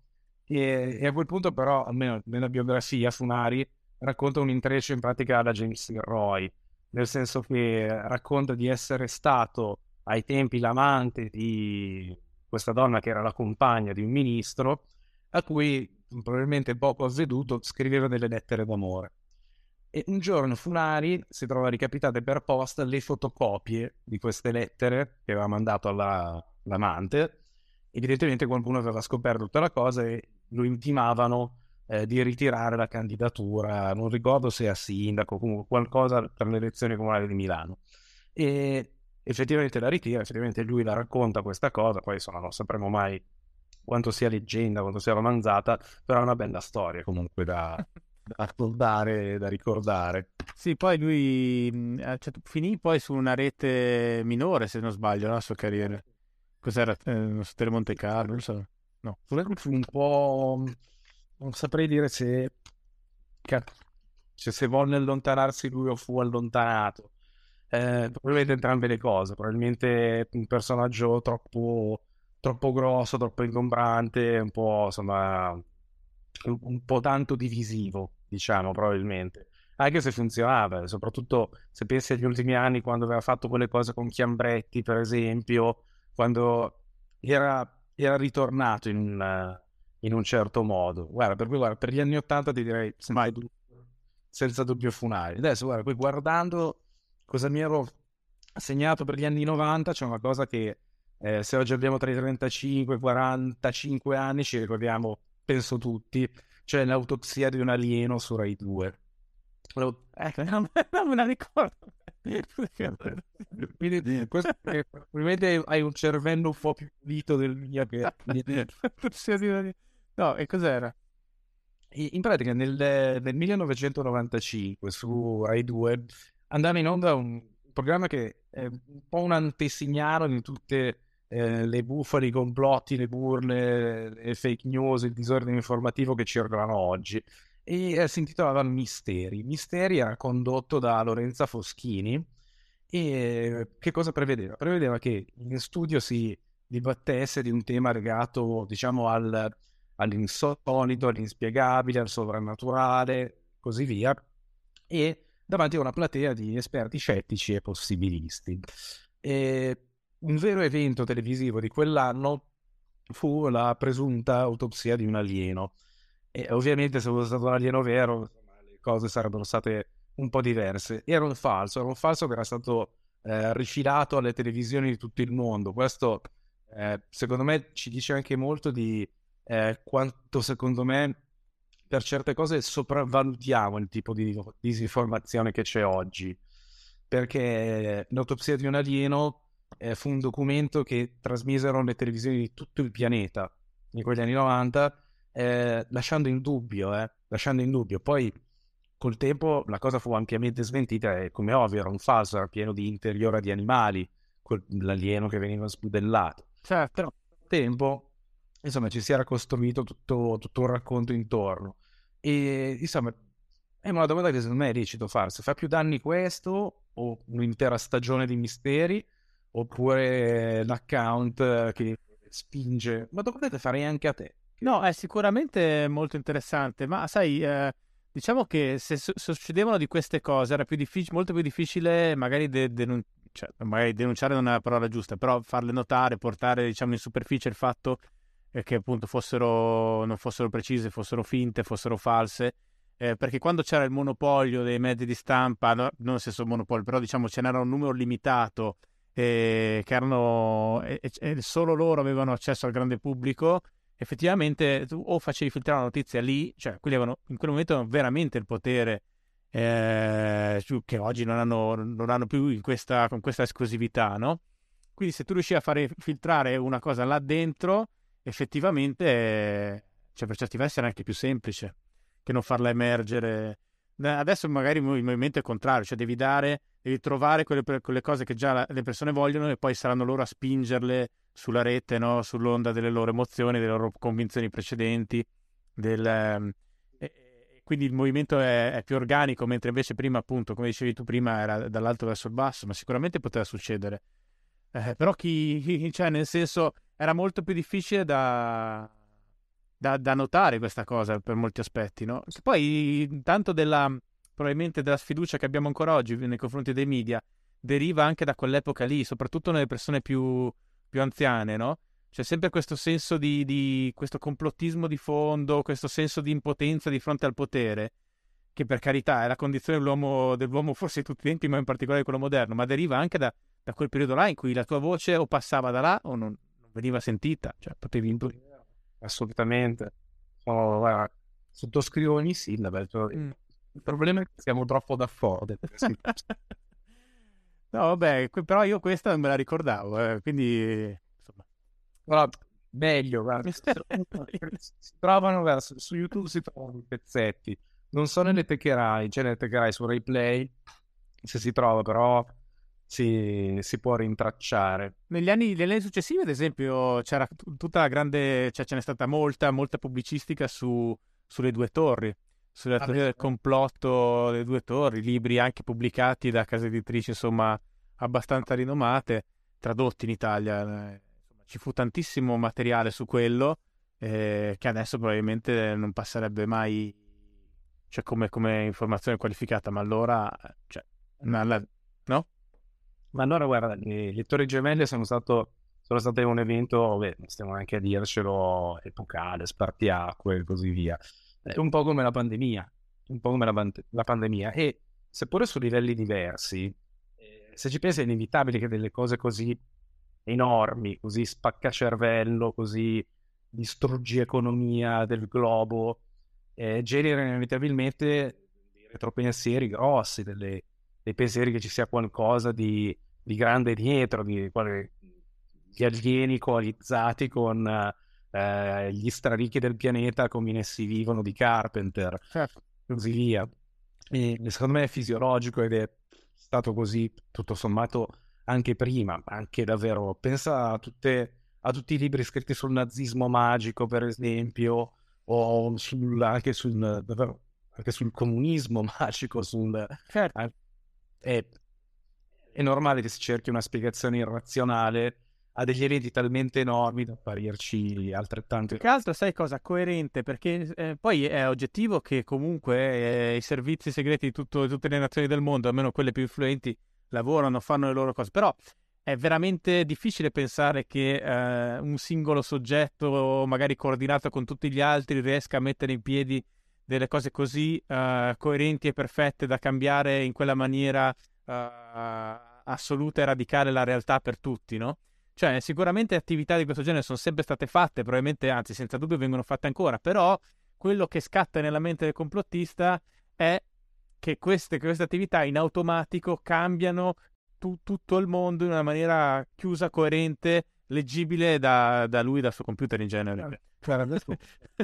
Speaker 3: E, e a quel punto però, almeno nella biografia, Funari racconta un intreccio in pratica alla James Roy, nel senso che racconta di essere stato ai tempi l'amante di questa donna che era la compagna di un ministro, a cui probabilmente poco avveduto scriveva delle lettere d'amore. E un giorno Funari si trova ricapitate per posta le fotocopie di queste lettere che aveva mandato alla, all'amante. Evidentemente qualcuno aveva scoperto tutta la cosa e lo intimavano eh, di ritirare la candidatura, non ricordo se a sindaco, comunque qualcosa per le elezioni comunali di Milano. E effettivamente la ritira, effettivamente lui la racconta questa cosa, poi insomma non sapremo mai quanto sia leggenda, quanto sia romanzata, però è una bella storia comunque da, da raccontare, da ricordare.
Speaker 2: Sì, poi lui mh, cioè, finì poi su una rete minore, se non sbaglio, la sua carriera. Cos'era? Eh, non so, Telemonte Carlo, non so. No.
Speaker 3: Fu un po'... non saprei dire se... cioè, se volle allontanarsi lui o fu allontanato. Eh, probabilmente entrambe le cose, probabilmente un personaggio troppo, troppo grosso, troppo ingombrante, un po' insomma un, un po' tanto divisivo, diciamo, probabilmente. Anche se funzionava, soprattutto se pensi agli ultimi anni quando aveva fatto quelle cose con Chiambretti, per esempio, quando era, era ritornato in un, in un certo modo. Guarda, per cui guarda, per gli anni Ottanta ti direi senza, dubbio, senza dubbio Funari. Adesso guarda, poi guardando cosa mi ero segnato per gli anni novanta, c'è una cosa che eh, se oggi abbiamo tra i trentacinque e i quarantacinque anni ci ricordiamo, penso tutti, cioè l'autopsia di un alieno su Rai due.
Speaker 2: Ecco, non, non me la ricordo.
Speaker 3: Quindi questo è, probabilmente hai un cervello un po' più pulito del mio. Che...
Speaker 2: no, e cos'era?
Speaker 3: In pratica nel, nel millenovecentonovantacinque su Rai due andava in onda un programma che è un po' un antesignano di tutte eh, le bufale, i complotti, le burle, le fake news, il disordine informativo che circolano oggi. E eh, si intitolava Misteri. Misteri era condotto da Lorenza Foschini e che cosa prevedeva? Prevedeva che in studio si dibattesse di un tema legato, diciamo, al, all'insolito, all'inspiegabile, al sovrannaturale, così via, e davanti a una platea di esperti scettici e possibilisti. E un vero evento televisivo di quell'anno fu la presunta autopsia di un alieno. E ovviamente se fosse stato un alieno vero, insomma, le cose sarebbero state un po' diverse. Era un falso, era un falso che era stato eh, rifilato alle televisioni di tutto il mondo. Questo eh, secondo me ci dice anche molto di eh, quanto secondo me per certe cose sopravvalutiamo il tipo di disinformazione che c'è oggi, perché l'autopsia di un alieno eh, fu un documento che trasmisero le televisioni di tutto il pianeta in quegli anni novanta, eh, lasciando in dubbio, eh, lasciando in dubbio. Poi col tempo la cosa fu ampiamente smentita e come ovvio era un falso, era pieno di interiora di animali, quel, l'alieno che veniva sbudellato.
Speaker 2: Certo.
Speaker 3: Però col tempo insomma ci si era costruito tutto, tutto un racconto intorno e insomma è una domanda che secondo me è lecito farsi: fa più danni questo o un'intera stagione di misteri oppure l'account che spinge? Ma dovete fare anche a te.
Speaker 2: No, è sicuramente molto interessante, ma sai, eh, diciamo che se su- succedevano di queste cose era più difficile, molto più difficile magari, de- denun- cioè, magari denunciare non è la parola giusta, però farle notare, portare diciamo in superficie il fatto eh, che appunto fossero, non fossero precise, fossero finte, fossero false, eh, perché quando c'era il monopolio dei mezzi di stampa, no, non nel senso monopolio, però diciamo ce n'era un numero limitato eh, che erano e, e solo loro avevano accesso al grande pubblico. Effettivamente tu o facevi filtrare la notizia lì, cioè quelli avevano in quel momento avevano veramente il potere eh, che oggi non hanno, non hanno più in questa, con questa esclusività, no? Quindi se tu riuscivi a fare filtrare una cosa là dentro, effettivamente, eh, cioè per certi versi era anche più semplice che non farla emergere. Adesso magari il movimento è contrario, cioè devi dare, devi trovare quelle, quelle cose che già le persone vogliono e poi saranno loro a spingerle sulla rete, no? Sull'onda delle loro emozioni, delle loro convinzioni precedenti, del, ehm, e, e quindi il movimento è, è più organico, mentre invece prima, appunto, come dicevi tu prima, era dall'alto verso il basso, ma sicuramente poteva succedere. Eh, però chi, cioè nel senso, era molto più difficile da, da, da notare questa cosa per molti aspetti, no? Poi tanto della, probabilmente della sfiducia che abbiamo ancora oggi nei confronti dei media deriva anche da quell'epoca lì, soprattutto nelle persone più, più anziane, no? C'è sempre questo senso di, di questo complottismo di fondo, questo senso di impotenza di fronte al potere, che per carità è la condizione dell'uomo, dell'uomo forse di tutti i tempi, ma in particolare quello moderno, ma deriva anche da, da quel periodo là in cui la tua voce o passava da là o non, non veniva sentita, cioè potevi intuire.
Speaker 3: Assolutamente. Oh, guarda, sottoscrivo ogni sillaba. Cioè,
Speaker 2: Mm.
Speaker 3: il problema è che siamo troppo d'accordo.
Speaker 2: No, vabbè, que- però io questa non me la ricordavo, eh, quindi insomma.
Speaker 3: Però meglio, guarda, si si trovano guarda, su, su YouTube si trovano i pezzetti. Non so nelle Techerai, c'è nelle Techerai su Replay se si trova, però si, si può rintracciare.
Speaker 2: Negli anni, negli anni successivi, ad esempio, c'era t- tutta la grande, cioè ce n'è stata molta, molta pubblicistica su, sulle due torri, sulla
Speaker 3: Ah,
Speaker 2: teoria
Speaker 3: beh,
Speaker 2: del complotto delle due torri, libri anche pubblicati da case editrici, insomma, abbastanza rinomate, tradotti in Italia. eh, Insomma, ci fu tantissimo materiale su quello, eh, che adesso probabilmente non passerebbe mai, cioè come, come informazione qualificata, ma allora, cioè, ma la- no?
Speaker 3: Ma allora guarda, le, le Torri Gemelle sono stato, sono state un evento, beh, stiamo anche a dircelo, epocale, spartiacque e così via. È un po' come la pandemia, un po' come la, pan- la pandemia. E seppure su livelli diversi, eh, se ci pensi è inevitabile che delle cose così enormi, così spaccacervello, così distruggi economia del globo, eh, generano inevitabilmente dei retropensieri grossi, delle- dei pensieri che ci sia qualcosa di di grande dietro, di quale- gli alieni coalizzati con eh, gli straricchi del pianeta come in essi vivono di Carpenter,
Speaker 2: Certo.
Speaker 3: così via. E secondo me è fisiologico ed è stato così tutto sommato anche prima, anche davvero. Pensa a, tutte, a tutti i libri scritti sul nazismo magico, per esempio, o sul, anche, sul, davvero, anche sul comunismo magico, sul,
Speaker 2: Certo.
Speaker 3: eh, è, è normale che si cerchi una spiegazione irrazionale a degli eventi talmente enormi da apparirci altrettanto.
Speaker 2: Che altro, sai cosa? Coerente, perché eh, poi è oggettivo che comunque eh, i servizi segreti di tutto- tutte le nazioni del mondo, almeno quelle più influenti, lavorano, fanno le loro cose, però è veramente difficile pensare che eh, un singolo soggetto, magari coordinato con tutti gli altri, riesca a mettere in piedi delle cose così eh, coerenti e perfette da cambiare in quella maniera eh, assoluta e radicale la realtà per tutti, no? Cioè, sicuramente attività di questo genere sono sempre state fatte, probabilmente, anzi, senza dubbio vengono fatte ancora, però quello che scatta nella mente del complottista è che queste, queste attività in automatico cambiano tu- tutto il mondo in una maniera chiusa, coerente, leggibile da, da lui, dal suo computer in genere.
Speaker 3: Guarda, adesso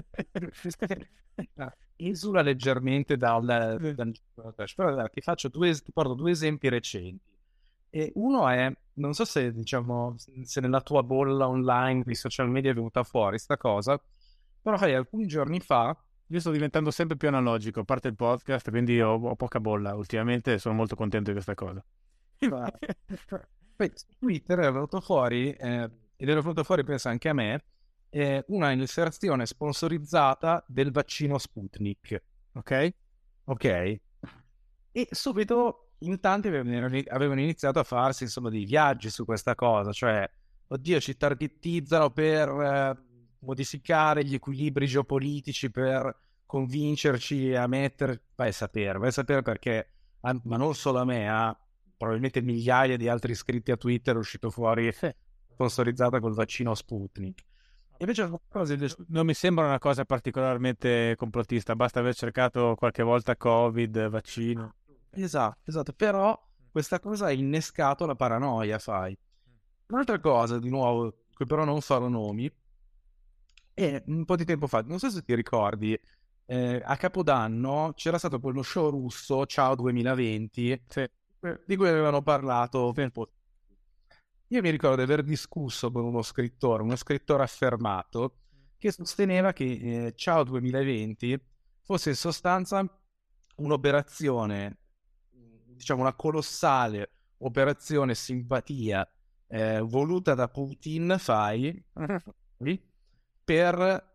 Speaker 3: esula leggermente dal, dal, però ti faccio due, ti porto due esempi recenti. E uno è, non so se diciamo, se nella tua bolla online di social media è venuta fuori sta cosa, però sai, alcuni giorni fa,
Speaker 2: Io sto diventando sempre più analogico, a parte il podcast, quindi ho, ho poca bolla. Ultimamente sono molto contento di questa cosa.
Speaker 3: poi, su Twitter è venuto fuori, eh, ed è venuto fuori, penso anche a me, eh, una illustrazione sponsorizzata del vaccino Sputnik.
Speaker 2: Ok?
Speaker 3: Ok? E subito in tanti avevano, avevano iniziato a farsi insomma dei viaggi su questa cosa, cioè, oddio, ci targetizzano per eh, modificare gli equilibri geopolitici, per convincerci a mettere, vai a sapere, vai a sapere perché, a- ma non solo a me, a probabilmente migliaia di altri iscritti a Twitter è uscito fuori
Speaker 2: Sì.
Speaker 3: sponsorizzata col vaccino Sputnik. Invece cose del-
Speaker 2: Non mi sembra una cosa particolarmente complottista, basta aver cercato qualche volta Covid, vaccino.
Speaker 3: Esatto, esatto, però questa cosa ha innescato la paranoia, fai. Un'altra cosa, di nuovo, che però non farò nomi, è un po' di tempo fa, non so se ti ricordi, eh, a Capodanno c'era stato quello show russo, Ciao duemilaventi,
Speaker 2: Sì.
Speaker 3: eh, di cui avevano parlato un po'. Io mi ricordo di aver discusso con uno scrittore, uno scrittore affermato, che sosteneva che eh, Ciao duemilaventi fosse in sostanza un'operazione, diciamo una colossale operazione simpatia eh, voluta da Putin, fai, per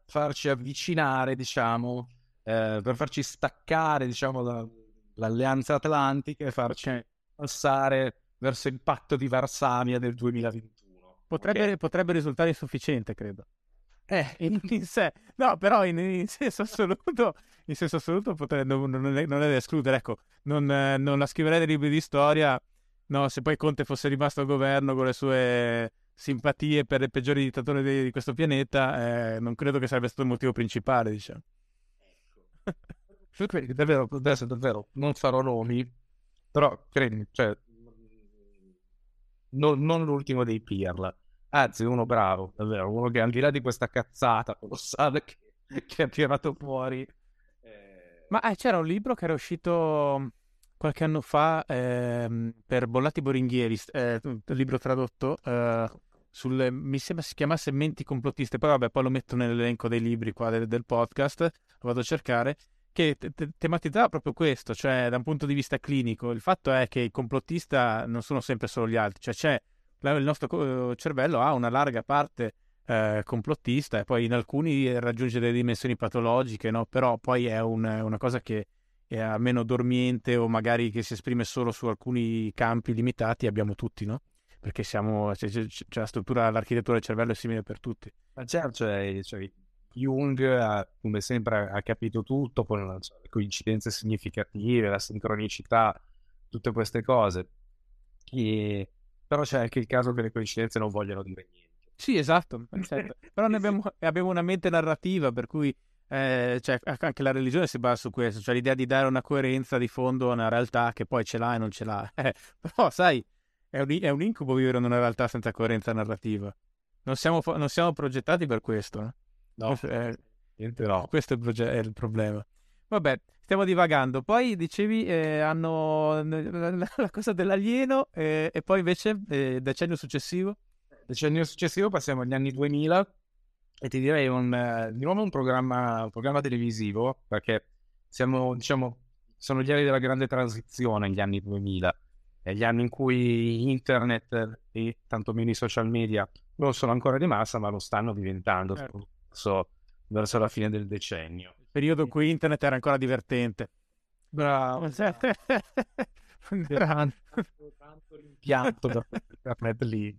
Speaker 3: farci avvicinare, diciamo, eh, per farci staccare, diciamo, da, l'alleanza atlantica e farci
Speaker 2: Ok.
Speaker 3: passare verso il patto di Varsavia del duemilaventuno.
Speaker 2: Potrebbe,
Speaker 3: Ok?
Speaker 2: potrebbe risultare insufficiente, credo.
Speaker 3: Eh,
Speaker 2: In, in sé, no, però in, in senso assoluto, in senso assoluto potrebbe, non, non è, non è da escludere. Ecco, non, eh, non la scriverei nei libri di storia. No, se poi Conte fosse rimasto al governo con le sue simpatie per i peggiori dittatori di, di questo pianeta, eh, non credo che sarebbe stato il motivo principale, diciamo.
Speaker 3: io credo che davvero, adesso davvero, non farò nomi, però credimi, cioè, non, non l'ultimo dei pirla, anzi uno bravo, davvero, uno che al di là di questa cazzata colossale che, che ha tirato fuori, eh,
Speaker 2: Ma eh, c'era un libro che era uscito qualche anno fa ehm, per Bollati Boringhieri, st- eh, un libro tradotto, eh, sul, mi sembra si chiamasse Menti complottiste, poi vabbè, poi lo metto nell'elenco dei libri qua del, del podcast, lo vado a cercare, che te- te- tematizzava proprio questo, cioè da un punto di vista clinico. Il fatto è che i complottista non sono sempre solo gli altri, cioè c'è la- il nostro co- cervello ha una larga parte eh, complottista e poi in alcuni raggiunge delle dimensioni patologiche, no? Però poi è un- una cosa che è almeno dormiente o magari che si esprime solo su alcuni campi limitati, abbiamo tutti, no? Perché siamo, cioè, cioè, cioè, la struttura, l'architettura del cervello è simile per tutti.
Speaker 3: ma certo, cioè, cioè, Jung, ha, come sempre, ha capito tutto con non so, le coincidenze significative, la sincronicità, tutte queste cose. E... Però c'è anche il caso che le coincidenze non vogliono dire niente.
Speaker 2: Sì, esatto, certo. Però noi abbiamo, abbiamo una mente narrativa per cui eh, cioè, anche la religione si basa su questo, cioè l'idea di dare una coerenza di fondo a una realtà che poi ce l'ha e non ce l'ha. Eh, però, sai, è un, è un incubo vivere in una realtà senza coerenza narrativa. Non siamo, fo- non siamo progettati per questo. eh.
Speaker 3: No,
Speaker 2: Questo è,
Speaker 3: niente no.
Speaker 2: questo è il, proge- è il problema. Vabbè, stiamo divagando. Poi dicevi, eh, hanno la, la- la cosa dell'alieno eh, e poi invece, eh, decennio successivo.
Speaker 3: Decennio successivo passiamo agli anni duemila e ti direi un, eh, di nuovo un programma, un programma televisivo, perché siamo, diciamo, sono gli anni della grande transizione, gli anni duemila, e gli anni in cui internet e tantomeno i social media non sono ancora di massa, ma lo stanno diventando
Speaker 2: Certo.
Speaker 3: verso, verso la fine del decennio.
Speaker 2: Il periodo in cui internet era ancora divertente.
Speaker 3: Bravo,
Speaker 2: Cioè,
Speaker 3: c'è
Speaker 2: era-
Speaker 3: tanto, tanto rimpianto da internet lì.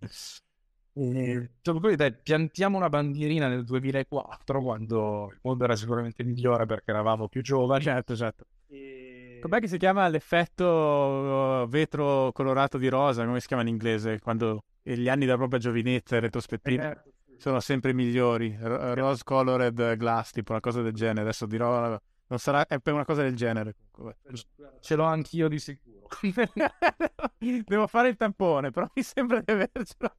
Speaker 3: E, cioè, poi, dai, piantiamo una bandierina nel duemilaquattro, quando il mondo era sicuramente migliore perché eravamo più giovani.
Speaker 2: Certo, certo.
Speaker 3: E...
Speaker 2: Com'è che si chiama l'effetto uh, vetro colorato di rosa? Come si chiama in inglese? Quando gli anni della propria giovinezza e retrospettiva
Speaker 3: Eh,
Speaker 2: sono sempre migliori. R- rose colored glass, tipo una cosa del genere. Adesso dirò, non sarà, è per una cosa del genere. comunque.
Speaker 3: ce l'ho anch'io di sicuro.
Speaker 2: Devo fare il tampone, però mi sembra di avercelo.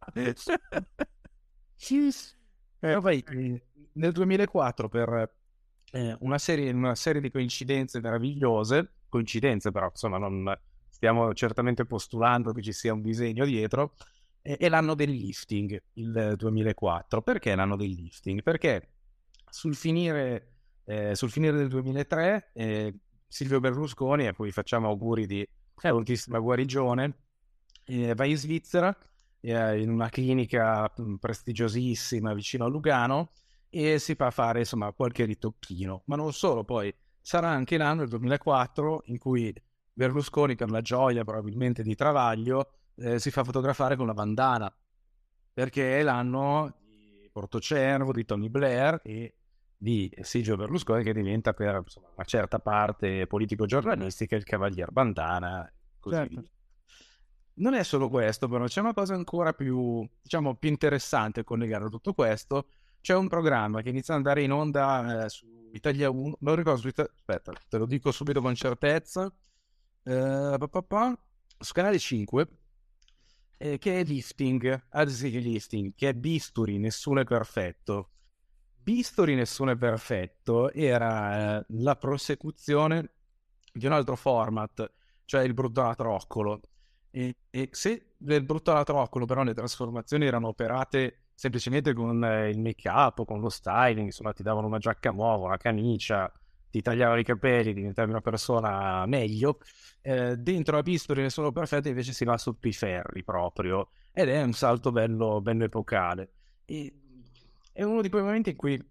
Speaker 3: Eh, poi, eh, nel duemilaquattro, per eh, una serie, una serie di coincidenze meravigliose, coincidenze però, insomma, non stiamo certamente postulando che ci sia un disegno dietro, eh, è l'anno del lifting, il duemilaquattro. Perché l'anno del lifting? Perché sul finire, eh, sul finire del duemilatré, eh, Silvio Berlusconi, a cui facciamo auguri di prontissima guarigione, eh, va in Svizzera, eh, in una clinica mh, prestigiosissima vicino a Lugano, e si fa fare insomma qualche ritocchino. Ma non solo, poi sarà anche l'anno, il duemilaquattro, in cui Berlusconi, per la gioia probabilmente di Travaglio, eh, si fa fotografare con la bandana, perché è l'anno di Portocervo, di Tony Blair e di Silvio Berlusconi, che diventa per insomma, una certa parte politico-giornalistica il cavalier bandana, così
Speaker 2: Certo.
Speaker 3: via. Non è solo questo, però c'è una cosa ancora più, diciamo, più interessante collegata a tutto questo. C'è un programma che inizia ad andare in onda eh, su Italia uno, non ricordo su Ita- aspetta, te lo dico subito con certezza, eh, pa, pa, pa, su Canale cinque, eh, che è Lifting, anzi Lifting, che è Bisturi, nessuno è perfetto. Bisturi, nessuno è perfetto era eh, la prosecuzione di un altro format, cioè il Bruttolatroccolo. E, e se nel Bruttolatroccolo però le trasformazioni erano operate semplicemente con eh, il make-up o con lo styling, insomma ti davano una giacca nuova, una camicia, ti tagliavano i capelli, diventavi una persona meglio, eh, dentro a Bisturi nessuno perfetto invece si va sotto i ferri proprio, ed è un salto bello, bello epocale. E è uno di quei momenti in cui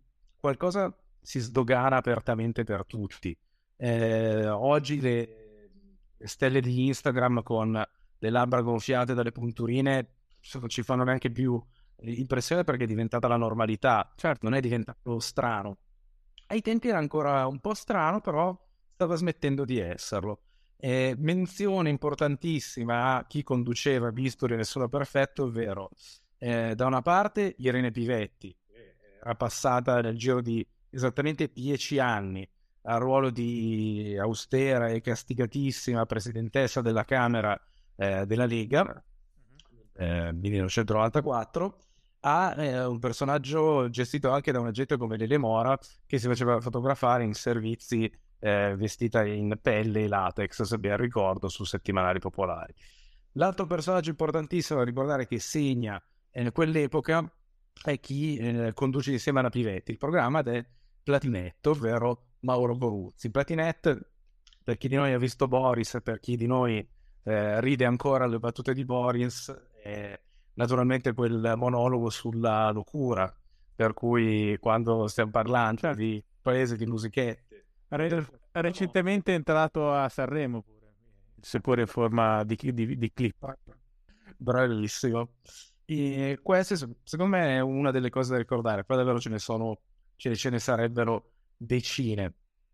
Speaker 3: qualcosa si sdogana apertamente per tutti. Eh, oggi le, le stelle di Instagram con le labbra gonfiate dalle punturine non ci fanno neanche più impressione perché è diventata la normalità, certo non è diventato strano. Ai tempi era ancora un po' strano, però stava smettendo di esserlo. Eh, menzione importantissima a chi conduceva Bisturi Nessuno Perfetto, ovvero eh, da una parte Irene Pivetti, era passata nel giro di esattamente dieci anni al ruolo di austera e castigatissima presidentessa della Camera eh, della Lega, eh, millenovecentonovantaquattro, a eh, un personaggio gestito anche da un agente come Lele Mora, che si faceva fotografare in servizi eh, vestita in pelle e latex, se ben ricordo, su settimanali popolari. L'altro personaggio importantissimo da ricordare che segna in quell'epoca è chi eh, conduce insieme a Pivetti il programma del Platinetto, ovvero Mauro Boruzzi. Platinetto, per chi di noi ha visto Boris, per chi di noi eh, ride ancora alle battute di Boris, è naturalmente quel monologo sulla locura, per cui quando stiamo parlando certo. di paese di musichette...
Speaker 2: Re- recentemente è entrato a Sanremo pure, seppure in forma di, di, di clip.
Speaker 3: Bravissimo. E questa secondo me è una delle cose da ricordare, poi davvero ce ne sono, ce, ce ne sarebbero decine.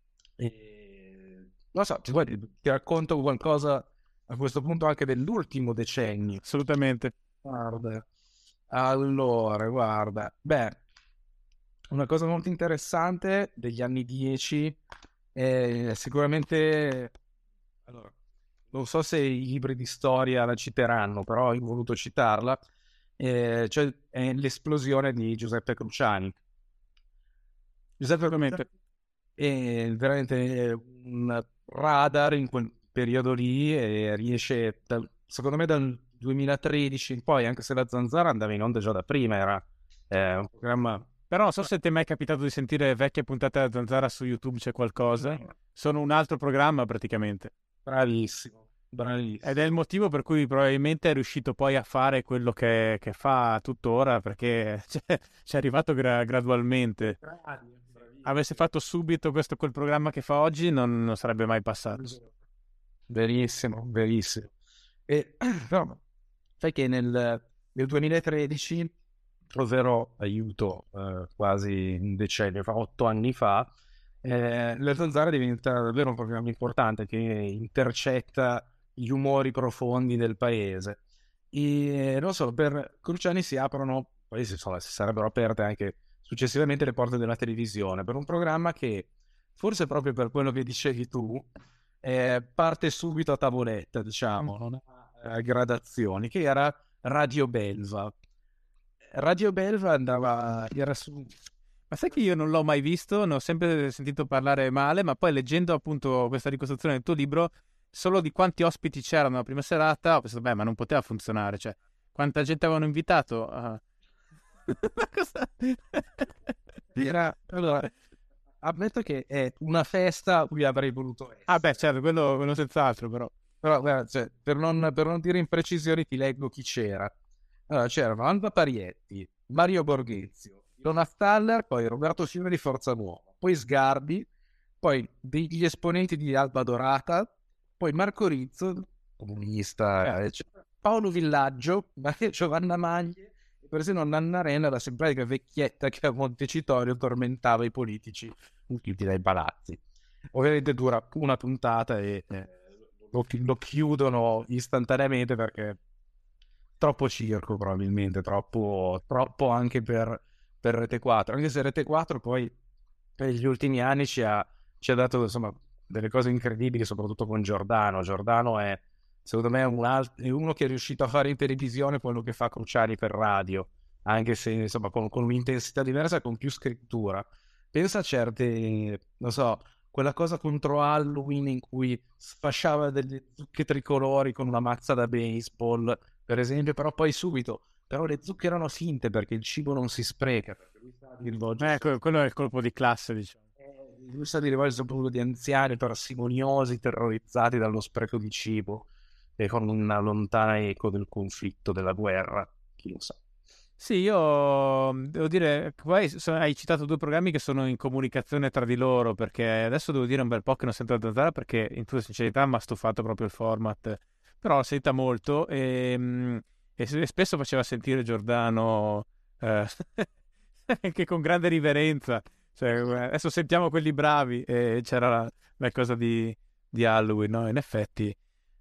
Speaker 3: E... non so, ti, guardi, ti racconto qualcosa a questo punto anche dell'ultimo decennio.
Speaker 2: Assolutamente.
Speaker 3: Guarda, allora, guarda, beh, una cosa molto interessante degli anni dieci è sicuramente, allora, non so se i libri di storia la citeranno, però ho voluto citarla, eh, cioè è l'esplosione di Giuseppe Cruciani. Giuseppe Cruciani è veramente un radar in quel periodo lì e riesce, dal, secondo me dal duemilatredici in poi, anche se la Zanzara andava in onda già da prima, era eh, un programma...
Speaker 2: Però non so se ti è mai capitato di sentire vecchie puntate della Zanzara su YouTube, c'è qualcosa. Sono un altro programma praticamente.
Speaker 3: Bravissimo, bravissimo.
Speaker 2: Ed è il motivo per cui probabilmente è riuscito poi a fare quello che, che fa tuttora, perché c'è, c'è arrivato gra- gradualmente.
Speaker 3: Bravissimo.
Speaker 2: Avesse fatto subito questo quel programma che fa oggi, non, non sarebbe mai passato.
Speaker 3: Verissimo, verissimo. E no, sai che nel, nel duemilatredici, ovvero aiuto eh, quasi un decennio fa, otto anni fa, eh, la Zanzara diventa davvero un programma importante che intercetta gli umori profondi del paese. E non solo, per Cruciani si aprono, poi si, insomma, si sarebbero aperte anche successivamente le porte della televisione per un programma che, forse proprio per quello che dicevi tu, eh, parte subito a tavoletta, diciamo, non ha eh, gradazioni, che era Radio Belva. Radio Belva andava, era su...
Speaker 2: Ma sai che io non l'ho mai visto, ne ho sempre sentito parlare male, ma poi leggendo appunto questa ricostruzione del tuo libro, solo di quanti ospiti c'erano la prima serata, ho pensato, beh, ma non poteva funzionare, cioè, quanta gente avevano invitato? Uh... ma cosa...
Speaker 3: era... allora, ammetto che è una festa a cui avrei voluto essere.
Speaker 2: Ah beh, certo, quello, quello senz'altro, però.
Speaker 3: Però, guarda, cioè, per, non, per non dire imprecisioni, ti leggo chi c'era. Allora, c'erano Alba Parietti, Mario Borghezio, Ilona Staller, poi Roberto Fiore di Forza Nuova, poi Sgarbi, poi degli esponenti di Alba Dorata, poi Marco Rizzo, comunista, eh. Paolo Villaggio, Maria Giovanna Maglie e persino Nanna Arena, la simpatica vecchietta che a Montecitorio tormentava i politici usciti dai palazzi. Ovviamente dura una puntata e eh, lo, lo chiudono istantaneamente perché troppo circo, probabilmente troppo, troppo anche per, per Rete quattro, anche se Rete quattro poi negli ultimi anni ci ha, ci ha dato insomma delle cose incredibili, soprattutto con Giordano. Giordano è secondo me un alt- è uno che è riuscito a fare in televisione quello che fa Cruciani per radio, anche se insomma con, con un'intensità diversa, con più scrittura. Pensa a certe, non so, quella cosa contro Halloween in cui sfasciava delle zucche tricolori con una mazza da baseball, per esempio, però poi subito, però le zucche erano finte perché il cibo non si spreca.
Speaker 2: Ecco, quello è il colpo di classe, diciamo.
Speaker 3: Eh, lui sa di rivolgersi a un pubblico di anziani parsimoniosi, terrorizzati dallo spreco di cibo e con una lontana eco del conflitto, della guerra, chi lo sa.
Speaker 2: Sì, io devo dire, poi so- hai citato due programmi che sono in comunicazione tra di loro, perché adesso devo dire un bel po' che non sento la zanzara perché in tutta sincerità mi ha stufato proprio il format, però la senta molto e, mm, e s- e spesso faceva sentire Giordano eh, anche con grande riverenza, cioè, adesso sentiamo quelli bravi e c'era la, la cosa di, di Halloween, no? In effetti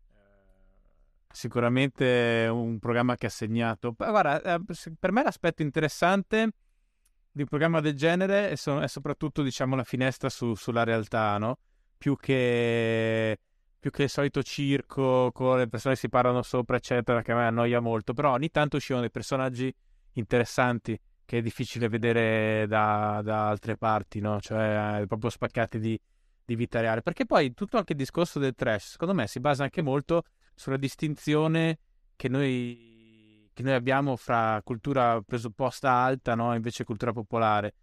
Speaker 2: sicuramente un programma che ha segnato. Poi, guarda, eh, se- per me l'aspetto interessante di un programma del genere è, so- è soprattutto, diciamo, la finestra su- sulla realtà, no? Più che, più che il solito circo con le persone che si parlano sopra, eccetera, che a me annoia molto. Però ogni tanto uscivano dei personaggi interessanti che è difficile vedere da, da altre parti, no? Cioè, eh, proprio spaccati di, di vita reale. Perché poi tutto anche il discorso del trash, secondo me, si basa anche molto sulla distinzione che noi, che noi abbiamo fra cultura presupposta alta, no? Invece cultura popolare.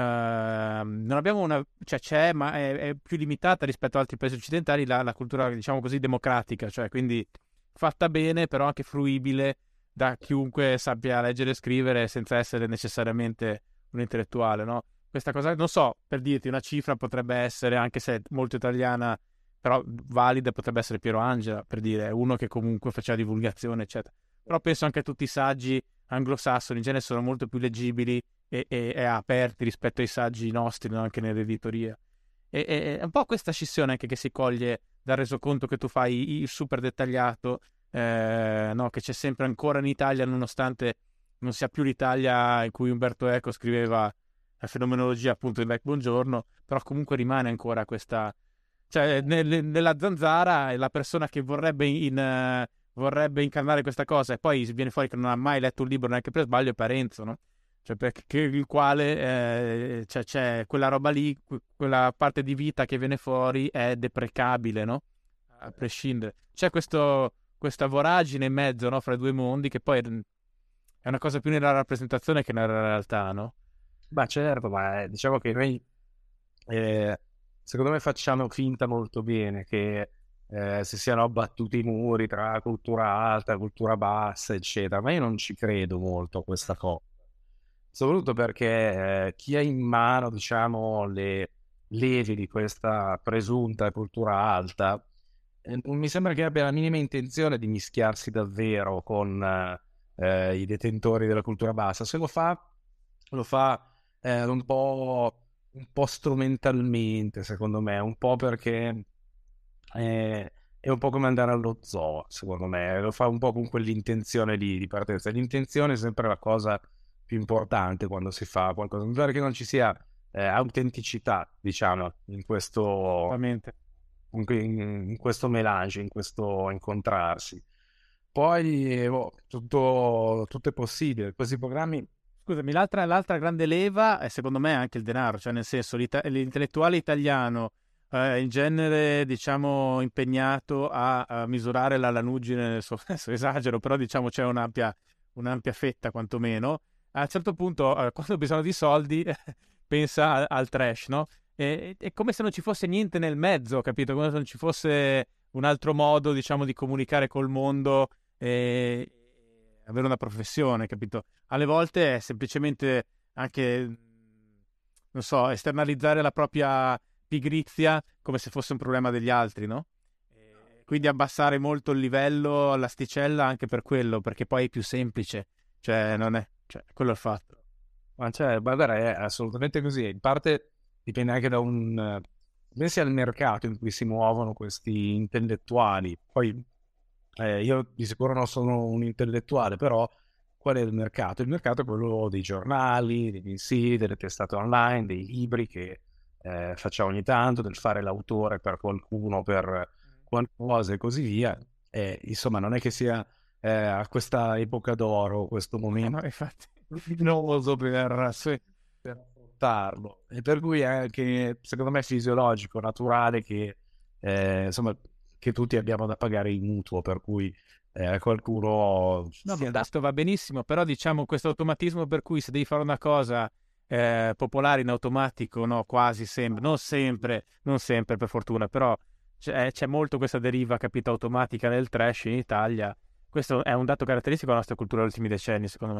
Speaker 2: Ehm, non abbiamo una, cioè c'è, ma è, è più limitata rispetto ad altri paesi occidentali la, la cultura, diciamo così, democratica, cioè quindi fatta bene, però anche fruibile da chiunque sappia leggere e scrivere senza essere necessariamente un intellettuale, no? Questa cosa, non so, per dirti una cifra potrebbe essere, anche se è molto italiana, però valida, potrebbe essere Piero Angela, per dire, è uno che comunque faceva divulgazione, eccetera. Però penso anche a tutti i saggi anglosassoni, in genere sono molto più leggibili e, e, e aperti rispetto ai saggi nostri, no? Anche nell'editoria. E, e, è un po' questa scissione anche che si coglie dal resoconto che tu fai, il super dettagliato, eh, no? Che c'è sempre ancora in Italia, nonostante non sia più l'Italia in cui Umberto Eco scriveva la fenomenologia appunto di Mike Bongiorno, però comunque rimane ancora questa, cioè nel- nella zanzara è la persona che vorrebbe, in, eh, vorrebbe incarnare questa cosa e poi viene fuori che non ha mai letto un libro neanche per sbaglio è Parenzo, no? Cioè perché il quale eh, cioè, c'è quella roba lì, que- quella parte di vita che viene fuori è deprecabile, no? A prescindere. C'è questo, questa voragine in mezzo, no? Fra i due mondi che poi è una cosa più nella rappresentazione che nella realtà, no?
Speaker 3: Ma certo, ma eh, diciamo che noi eh, secondo me facciamo finta molto bene che eh, si siano abbattuti i muri tra cultura alta, cultura bassa, eccetera, ma io non ci credo molto a questa cosa, soprattutto perché eh, chi ha in mano, diciamo, le levi di questa presunta cultura alta, eh, non mi sembra che abbia la minima intenzione di mischiarsi davvero con eh, eh, i detentori della cultura bassa. Se lo fa, lo fa eh, un po', un po' strumentalmente, secondo me, un po' perché eh, è un po' come andare allo zoo, secondo me, lo fa un po' con quell'intenzione lì di partenza. L'intenzione è sempre la cosa più importante quando si fa qualcosa. Mi pare che non ci sia eh, autenticità, diciamo, in questo,
Speaker 2: Esattamente.
Speaker 3: in, in- in questo melange, in questo incontrarsi. Poi, boh, tutto, tutto è possibile. Questi programmi.
Speaker 2: Scusami, l'altra, l'altra grande leva è secondo me anche il denaro, cioè nel senso l'ita- l'intellettuale italiano eh, in genere diciamo impegnato a, a misurare la lanugine nel suo adesso esagero, però diciamo c'è un'ampia, un'ampia fetta quantomeno. A un certo punto, eh, quando ha bisogno di soldi, pensa al, al trash, no? E- È come se non ci fosse niente nel mezzo, capito? Come se non ci fosse un altro modo, diciamo, di comunicare col mondo e avere una professione, capito? Alle volte è semplicemente anche, non so, esternalizzare la propria pigrizia come se fosse un problema degli altri, no? E quindi abbassare molto il livello, l'asticella anche per quello, perché poi è più semplice, cioè non è, cioè, quello è il fatto.
Speaker 3: Ma cioè, guarda, è assolutamente così. In parte dipende anche da un... eh, pensi al mercato in cui si muovono questi intellettuali. Poi eh, io di sicuro non sono un intellettuale, però qual è il mercato? Il mercato è quello dei giornali, dei siti, delle testate online, dei libri che eh, facciamo ogni tanto, del fare l'autore per qualcuno, per qualcosa e così via. E, insomma, non è che sia eh, a questa epoca d'oro, questo
Speaker 2: Eh, no,
Speaker 3: momento
Speaker 2: infatti.
Speaker 3: luminoso per,
Speaker 2: Sì.
Speaker 3: per affrontarlo. E per cui è anche, secondo me, fisiologico, naturale che, eh, insomma, che tutti abbiamo da pagare il mutuo, per cui eh, qualcuno
Speaker 2: No, ma
Speaker 3: sia da...
Speaker 2: questo va benissimo, però diciamo questo automatismo per cui se devi fare una cosa eh, popolare in automatico, no, quasi sempre, non sempre, non sempre per fortuna, però c'è, c'è molto questa deriva, capito, automatica nel trash in Italia. Questo è un dato caratteristico della nostra cultura degli ultimi decenni, secondo me.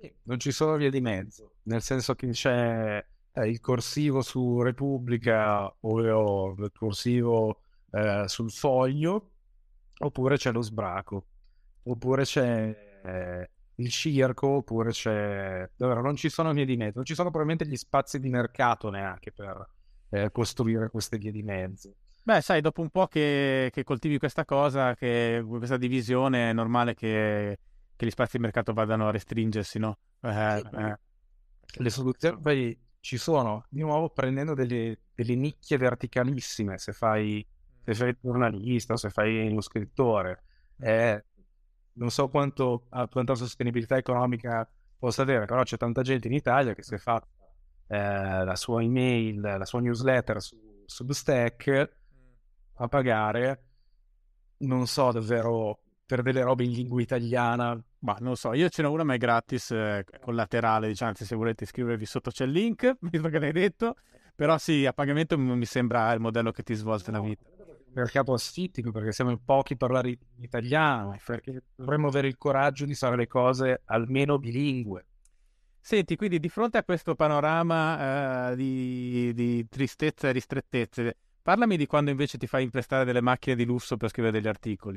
Speaker 3: Non ci sono vie di mezzo, nel senso che c'è eh, il corsivo su Repubblica o il corsivo eh, sul Foglio, oppure c'è lo sbraco, oppure c'è eh, il circo, oppure c'è... Davvero, non ci sono vie di mezzo, non ci sono probabilmente gli spazi di mercato neanche per eh, costruire queste vie di mezzo.
Speaker 2: Beh, sai, dopo un po' che, che coltivi questa cosa, che questa divisione, è normale che, che gli spazi di mercato vadano a restringersi, no? Eh, eh.
Speaker 3: Le soluzioni poi ci sono, di nuovo prendendo delle, delle nicchie verticalissime, se fai, se fai il giornalista, se fai lo scrittore, eh, non so quanto, ah, quanta sostenibilità economica possa avere, però c'è tanta gente in Italia che si è fatta eh, la sua email, la sua newsletter su Substack a pagare, non so davvero, per delle robe in lingua italiana.
Speaker 2: Ma non lo so, io ce n'ho una ma è gratis, eh, collaterale, diciamo, anzi, se volete iscrivervi sotto c'è il link, visto che l'hai detto, però sì, a pagamento mi mi sembra il modello che ti svolta la vita.
Speaker 3: Mercato asfittico, perché siamo in pochi a parlare italiano, perché dovremmo avere il coraggio di fare le cose almeno bilingue.
Speaker 2: Senti, quindi di fronte a questo panorama eh, di, di tristezza e ristrettezze, parlami di quando invece ti fai imprestare delle macchine di lusso per scrivere degli articoli.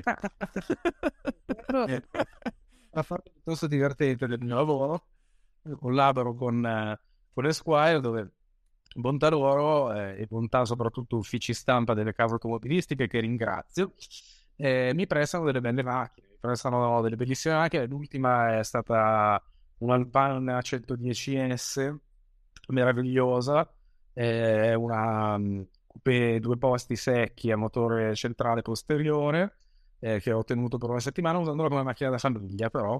Speaker 3: La parte piuttosto divertente del mio lavoro, io collaboro con, eh, con Esquire, dove bontà loro eh, e bontà soprattutto uffici stampa delle case automobilistiche, che ringrazio, eh, mi prestano delle belle macchine, mi prestano delle bellissime macchine. L'ultima è stata un'Alpine centodieci S, meravigliosa, è una um, coupé due posti secchi a motore centrale posteriore, eh, che ho tenuto per una settimana usandola come macchina da famiglia, però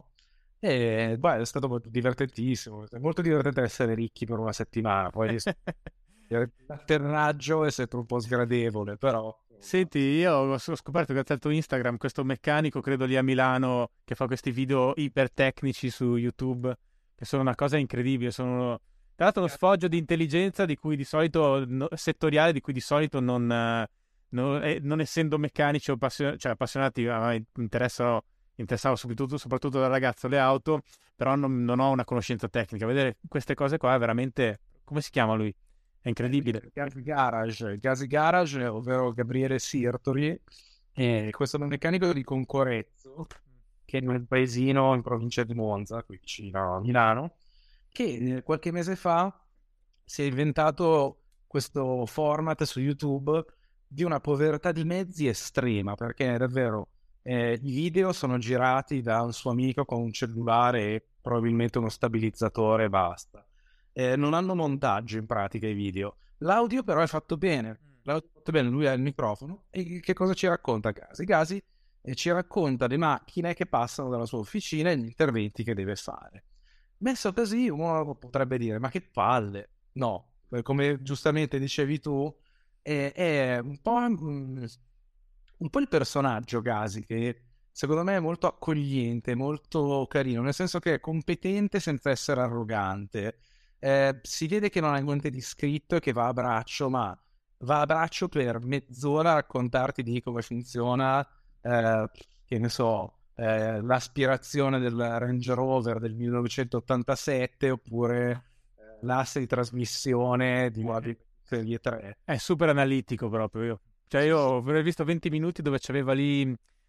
Speaker 3: e beh, è stato molto divertentissimo. È molto divertente essere ricchi per una settimana. Poi l'atterraggio è sempre un po' sgradevole, però.
Speaker 2: Senti, io ho scoperto grazie al tuo Instagram questo meccanico, credo lì a Milano, che fa questi video ipertecnici su YouTube, che sono una cosa incredibile. Sono tra l'altro uno sfoggio di intelligenza di cui di solito, no, settoriale, di cui di solito non, eh, non, eh, non essendo meccanici o appassion- cioè appassionati, a me interessano, interessavo soprattutto, soprattutto da ragazzo le auto, però non, non ho una conoscenza tecnica. Vedere queste cose qua è veramente... Come si chiama lui? È incredibile.
Speaker 3: Gazi Garage, Gazi Garage, ovvero Gabriele Sirtori, e questo è un meccanico di Concorrezzo, che è nel paesino in provincia di Monza, qui vicino a Milano, che eh, qualche mese fa si è inventato questo format su YouTube di una povertà di mezzi estrema, perché davvero eh, i video sono girati da un suo amico con un cellulare e probabilmente uno stabilizzatore e basta. Eh, non hanno montaggio in pratica i video. L'audio però è fatto bene. L'audio è fatto bene, lui ha il microfono. E che cosa ci racconta Gasi? Gasi eh, ci racconta le macchine che passano dalla sua officina e gli interventi che deve fare. Messo così uno potrebbe dire, ma che palle. No, come giustamente dicevi tu, è, è un po', un, un po' il personaggio Gasi, che secondo me è molto accogliente, molto carino, nel senso che è competente senza essere arrogante. Eh, si vede che non ha niente di scritto e che va a braccio, ma va a braccio per mezz'ora a raccontarti di come funziona, eh, che ne so, eh, l'aspirazione del Range Rover del millenovecentottantasette, oppure eh, l'asse di trasmissione di nuovi Serie tre.
Speaker 2: È super analitico proprio io. Cioè io avrei visto venti minuti dove c'aveva lì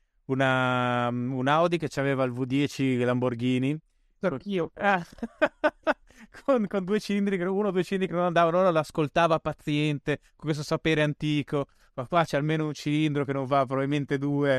Speaker 2: una, un Audi che c'aveva il V dieci Lamborghini.
Speaker 3: Io.
Speaker 2: Ah. con, con due cilindri, uno o due cilindri che non andavano, allora l'ascoltava paziente, con questo sapere antico. Ma qua c'è almeno un cilindro che non va, probabilmente due.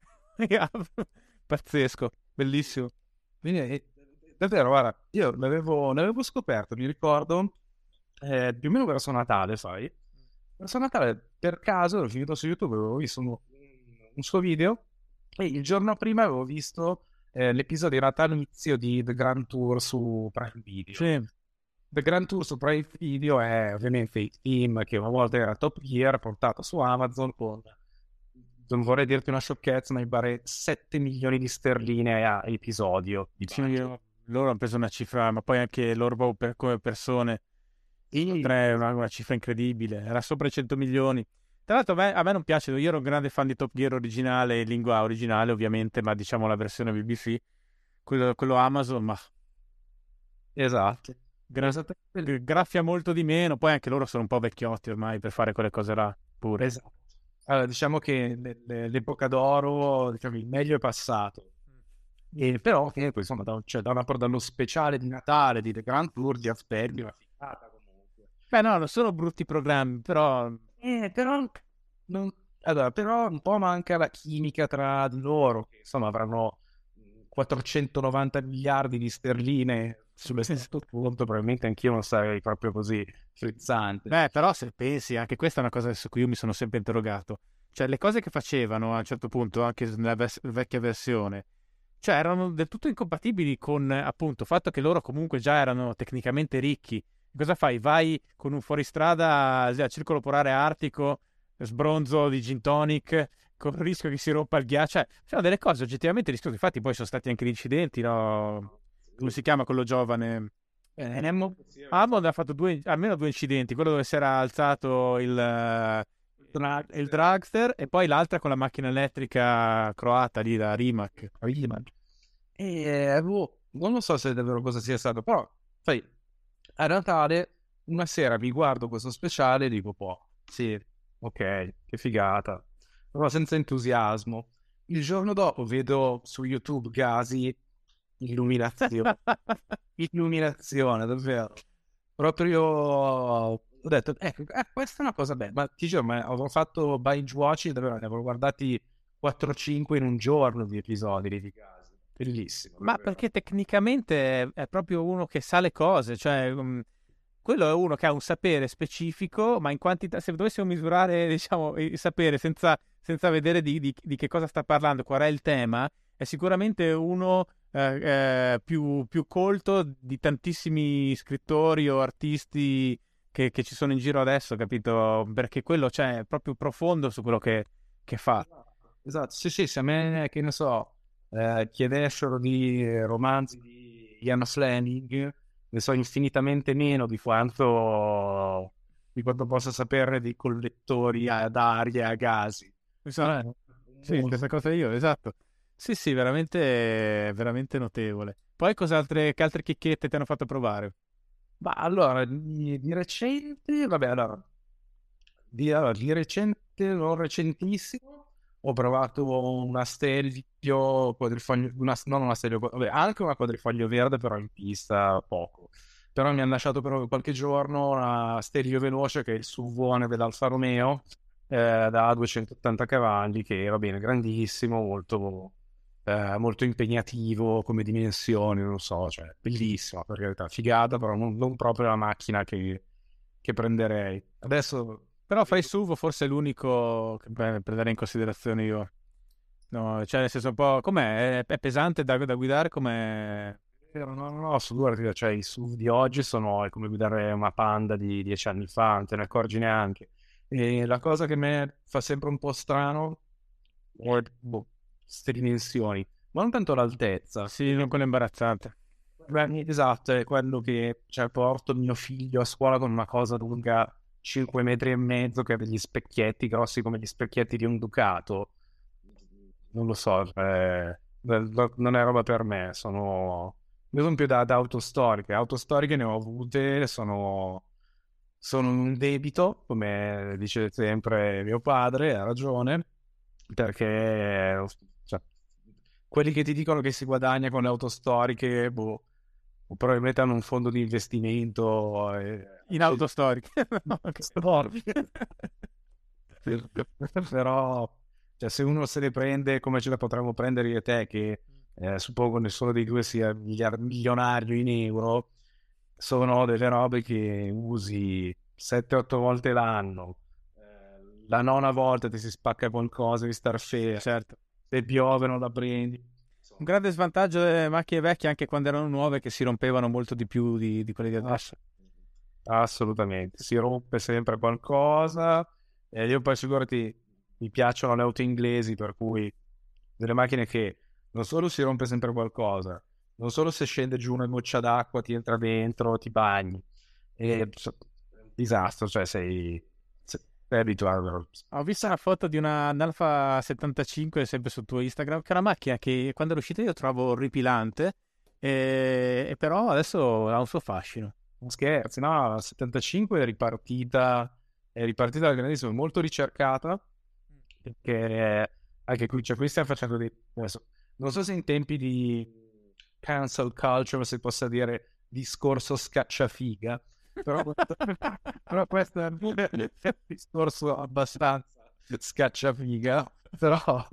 Speaker 2: Pazzesco, bellissimo.
Speaker 3: Quindi, eh, davvero, guarda, io l'avevo, l'avevo scoperto, mi ricordo, eh, più o meno verso Natale, sai? Verso Natale, per caso, ero finito su YouTube, avevo visto un, un suo video e il giorno prima avevo visto eh, l'episodio natalizio di The Grand Tour su Prime Video.
Speaker 2: Sì.
Speaker 3: The Grand Tour su Prime Video è ovviamente il team che una volta era Top Gear, portato su Amazon con, non vorrei dirti una sciocchezza, ma mi pare sette milioni di sterline a episodio.
Speaker 2: Sì, loro hanno preso una cifra, ma poi anche loro per, come persone,
Speaker 3: e...
Speaker 2: tre, una, una cifra incredibile, era sopra i cento milioni. Tra l'altro a me, a me non piace, io ero un grande fan di Top Gear originale, lingua originale ovviamente, ma diciamo la versione B B C, quello, quello Amazon, ma
Speaker 3: Esatto.
Speaker 2: Gra- graffia molto di meno, poi anche loro sono un po' vecchiotti ormai per fare quelle cose là, pure.
Speaker 3: Esatto. Allora, diciamo che le- le- l'epoca d'oro, diciamo, il meglio è passato. E però, che poi, insomma, da, cioè, da una, dallo speciale di Natale di The Grand Tour ti aspetti una figata comunque.
Speaker 2: Beh, no, non sono brutti programmi, però...
Speaker 3: Eh, però, non- allora, però un po' manca la chimica tra di loro, che insomma avranno quattrocentonovanta miliardi di sterline sullo stesso punto, probabilmente anch'io non sarei proprio così frizzante.
Speaker 2: Beh, però se pensi, anche questa è una cosa su cui io mi sono sempre interrogato. Cioè, le cose che facevano a un certo punto, anche nella vers- vecchia versione, cioè erano del tutto incompatibili con, appunto, il fatto che loro comunque già erano tecnicamente ricchi. Cosa fai? Vai con un fuoristrada al circolo polare artico, sbronzo di gin tonic, con il rischio che si rompa il ghiaccio. Cioè, sono delle cose oggettivamente rischiose. Infatti poi sono stati anche gli incidenti, no? Come si chiama quello giovane?
Speaker 3: Eh, Nemmo-
Speaker 2: Hammond ha fatto due, almeno due incidenti, quello dove si era alzato il, eh, il dragster e poi l'altra con la macchina elettrica croata lì da Rimac.
Speaker 3: Rimac. E eh, boh, non lo so se è davvero cosa sia stato, però sai, a Natale una sera mi guardo questo speciale e dico, boh, sì, ok, che figata, però senza entusiasmo. Il giorno dopo vedo su YouTube Gasi illuminazione, illuminazione, davvero. Proprio ho detto, ecco, eh, questa è una cosa bella, ma ti giuro, ma avevo fatto binge watching, davvero, ne avevo guardati quattro cinque in un giorno di episodi di Gasi. Bellissimo.
Speaker 2: Ma perché tecnicamente è, è proprio uno che sa le cose, cioè um, quello è uno che ha un sapere specifico, ma in quantità, se dovessimo misurare, diciamo, il sapere senza, senza vedere di, di, di che cosa sta parlando, qual è il tema, è sicuramente uno eh, eh, più, più colto di tantissimi scrittori o artisti che, che ci sono in giro adesso, capito? Perché quello, cioè, è proprio profondo su quello che, che fa.
Speaker 3: Esatto, sì, sì, se a me, che ne so, eh, chiedessero di romanzi di Ian Fleming, ne so infinitamente meno di quanto, di quanto possa sapere di collettori ad aria e a gasi.
Speaker 2: Esatto. Sì, questa cosa io, esatto. Sì, sì, veramente, veramente notevole. Poi cos'altre, che altre chicchette ti hanno fatto provare?
Speaker 3: Ma allora, di, di recente, vabbè, allora, di, allora, di recente, non recentissimo, ho provato una Stelvio quadrifoglio, una, non una Stelvio, vabbè, anche una quadrifoglio verde, però in pista poco. Però mi hanno lasciato per qualche giorno una Stelvio veloce che è il S U V dell'Alfa Romeo, eh, da duecentottanta cavalli, che va bene, grandissimo, molto, eh, molto impegnativo come dimensioni, non so, cioè bellissima, per carità, figata, però non, non proprio la macchina che, che prenderei. Adesso
Speaker 2: Però fai S U V forse è l'unico che beh, prenderei in considerazione io. No, cioè nel senso un po'... Com'è? È, è pesante da, da guidare? Com'è?
Speaker 3: no, no, no, su guarda, cioè i S U V di oggi sono è come guidare una Panda di dieci anni fa, non te ne accorgi neanche. E la cosa che a me fa sempre un po' strano è boh, queste dimensioni, ma non tanto l'altezza.
Speaker 2: Sì, non quello imbarazzante.
Speaker 3: Beh, esatto, è quello che cioè, porto mio figlio a scuola con una cosa lunga cinque metri e mezzo che ha degli specchietti grossi come gli specchietti di un Ducato. Non lo so, cioè, non è roba per me, sono... Io sono più da, da auto storiche, auto storiche ne ho avute, sono, sono un debito, come dice sempre mio padre, ha ragione, perché cioè, quelli che ti dicono che si guadagna con le auto storiche, boh, probabilmente hanno un fondo di investimento eh,
Speaker 2: In auto storiche.
Speaker 3: storiche. Però cioè, se uno se le prende come ce le potremmo prendere io e te, che eh, suppongo nessuno dei due sia miliar- milionario in euro, sono delle robe che usi sette otto volte l'anno. Eh, la nona volta ti si spacca qualcosa, devi star fermo.
Speaker 2: Certo.
Speaker 3: Se piove non la prendi.
Speaker 2: Un grande svantaggio delle macchine vecchie, anche quando erano nuove, che si rompevano molto di più di, di quelle di adesso.
Speaker 3: Assolutamente, si rompe sempre qualcosa. E io poi figurati, mi piacciono le auto inglesi, per cui delle macchine che non solo si rompe sempre qualcosa, non solo se scende giù una goccia d'acqua ti entra dentro, ti bagni. E disastro, cioè sei, sei abituato.
Speaker 2: Ho visto una foto di una un Alfa settantacinque sempre sul tuo Instagram, che è una macchina che quando è uscita io trovo orripilante, e, e però adesso ha un suo fascino.
Speaker 3: Non scherzi, no, la settantacinque è ripartita, è ripartita da grandissimo, molto ricercata, perché anche qui, cioè qui stiamo facendo dei, adesso, non so se in tempi di cancel culture si possa dire discorso scacciafiga, però, però questo è un discorso abbastanza scacciafiga, però,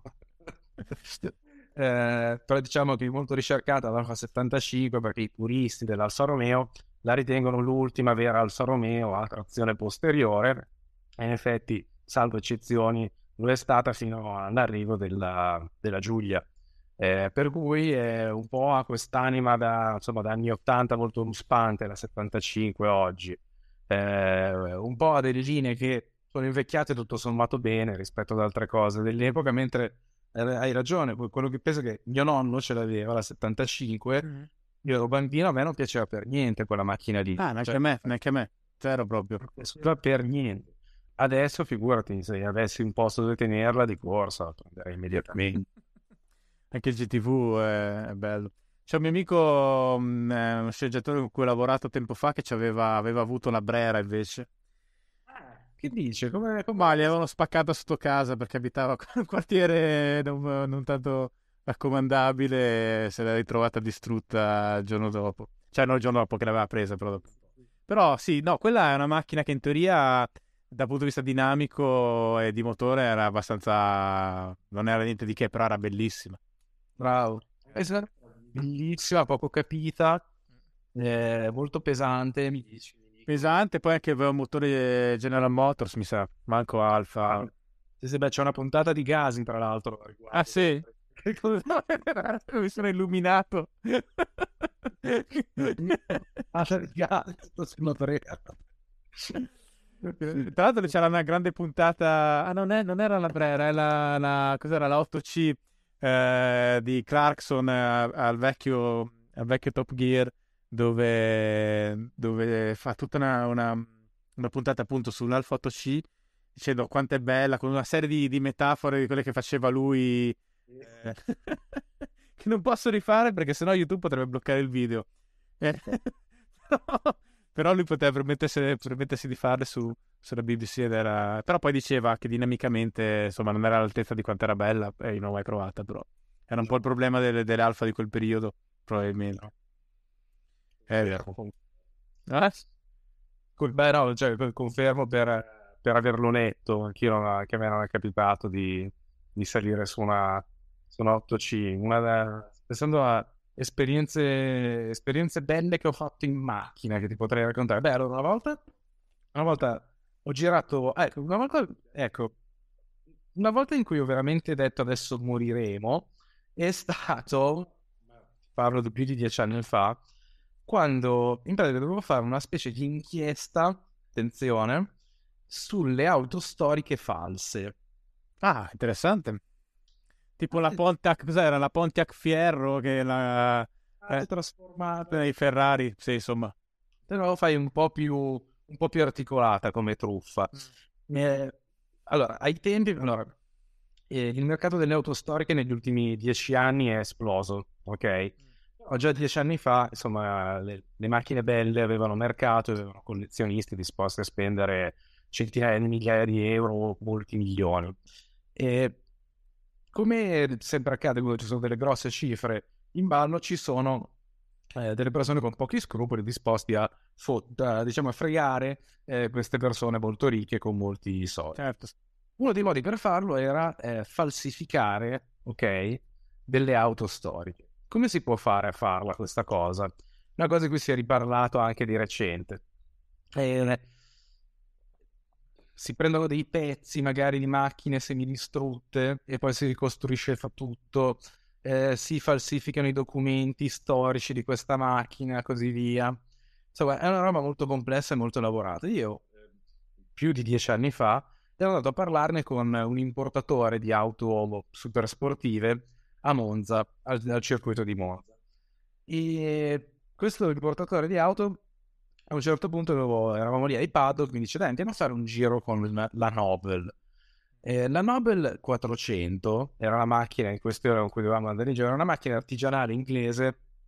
Speaker 3: eh, però diciamo che è molto ricercata dalla settantacinque, perché i puristi dell'Alfa Romeo la ritengono l'ultima vera Alfa Romeo a trazione posteriore, e in effetti, salvo eccezioni, lo è stata fino all'arrivo della, della Giulia. Eh, per cui è un po' ha quest'anima da, insomma, da anni ottanta molto ruspante, la settantacinque oggi. Eh, un po' ha delle linee che sono invecchiate tutto sommato bene rispetto ad altre cose dell'epoca, mentre eh, hai ragione, quello che penso che mio nonno ce l'aveva, la settantacinque,
Speaker 2: Mm.
Speaker 3: io ero bambino, a me non piaceva per niente quella macchina lì.
Speaker 2: Ah, neanche
Speaker 3: Cioè,
Speaker 2: a me, neanche a me. Zero proprio.
Speaker 3: non piaceva per niente. Adesso figurati, se avessi un posto dove tenerla di corsa, la prenderei immediatamente.
Speaker 2: Anche il G T V è, è bello. C'è un mio amico, mh, eh, uno sceneggiatore con cui ho lavorato tempo fa, che ci aveva, aveva avuto una Brera invece.
Speaker 3: Che dice? Come, come...
Speaker 2: Ma gli avevano spaccato sotto casa perché abitava in un quartiere non, non tanto raccomandabile e se l'era ritrovata distrutta il giorno dopo. Cioè, non il giorno dopo che l'aveva presa, però dopo. Però sì, no, quella è una macchina che in teoria, dal punto di vista dinamico e di motore, era abbastanza... non era niente di che, però era bellissima.
Speaker 3: Bravo. Questa bellissima, poco capita, eh, molto pesante, mi dici.
Speaker 2: Pesante, poi anche aveva un motore General Motors, mi sa, manco Alfa.
Speaker 3: Sì, sì, beh, c'è una puntata di Gasi, tra l'altro. a riguardo.
Speaker 2: Ah sì? Che cosa? Mi sono illuminato.
Speaker 3: Ah, c'è Gasi, sono tre.
Speaker 2: Tra l'altro c'era una grande puntata. Ah, non, è, non era la Brera, è la, la cos'era la otto C eh, di Clarkson eh, al vecchio, al vecchio Top Gear, dove, dove fa tutta una, una, una puntata appunto sull'Alfa otto C, dicendo quanto è bella, con una serie di, di metafore di quelle che faceva lui. Eh, che non posso rifare perché sennò YouTube potrebbe bloccare il video. Eh, però, però lui poteva permettersi, permettersi di farle su, sulla B B C ed era... Però poi diceva che dinamicamente, insomma, non era all'altezza di quanto era bella e io non l'ho mai provata, però era un po' il problema delle, delle alfa di quel periodo, probabilmente. È vero. Eh?
Speaker 3: Beh, no, cioè, confermo per, per averlo letto, anch'io non, che mi era capitato di, di salire su una, su una otto C. Una da, pensando a esperienze, esperienze belle che ho fatto in macchina che ti potrei raccontare. Beh, allora una volta, una volta ho girato, ecco, una volta, ecco, una volta in cui ho veramente detto adesso moriremo, è stato, parlo di più di dieci anni fa, quando in pratica dovevo fare una specie di inchiesta, attenzione, sulle auto storiche false.
Speaker 2: Ah, interessante. Tipo la Pontiac, cos'era? La Pontiac Fierro che la...
Speaker 3: Eh, trasformate
Speaker 2: i Ferrari, sì, insomma.
Speaker 3: Però fai un po' più, un po' più articolata come truffa. Mm. Eh, allora, ai tempi, allora, eh, il mercato delle auto storiche negli ultimi dieci anni è esploso, ok? Però già dieci anni fa, insomma, le, le macchine belle avevano mercato, avevano collezionisti disposti a spendere centinaia di migliaia di euro, molti milioni. E come sempre accade quando ci sono delle grosse cifre in ballo, ci sono eh, delle persone con pochi scrupoli disposti a, fot- a, diciamo, a fregare eh, queste persone molto ricche con molti soldi.
Speaker 2: Certo.
Speaker 3: Uno dei modi per farlo era eh, falsificare, ok, delle auto storiche. Come si può fare a farla questa cosa? Una cosa di cui si è riparlato anche di recente. Eh, si prendono dei pezzi magari di macchine semidistrutte e poi si ricostruisce fa tutto, eh, si falsificano i documenti storici di questa macchina e così via. Insomma, è una roba molto complessa e molto lavorata. Io, più di dieci anni fa, ero andato a parlarne con un importatore di auto super sportive a Monza, al, al circuito di Monza. E questo importatore di auto, a un certo punto avevo, eravamo lì ai paddock, mi dice dai andiamo a fare un giro con la, la Nobel. Eh, la Nobel quattrocento era la macchina in questione con cui dovevamo andare in giro, era una macchina artigianale inglese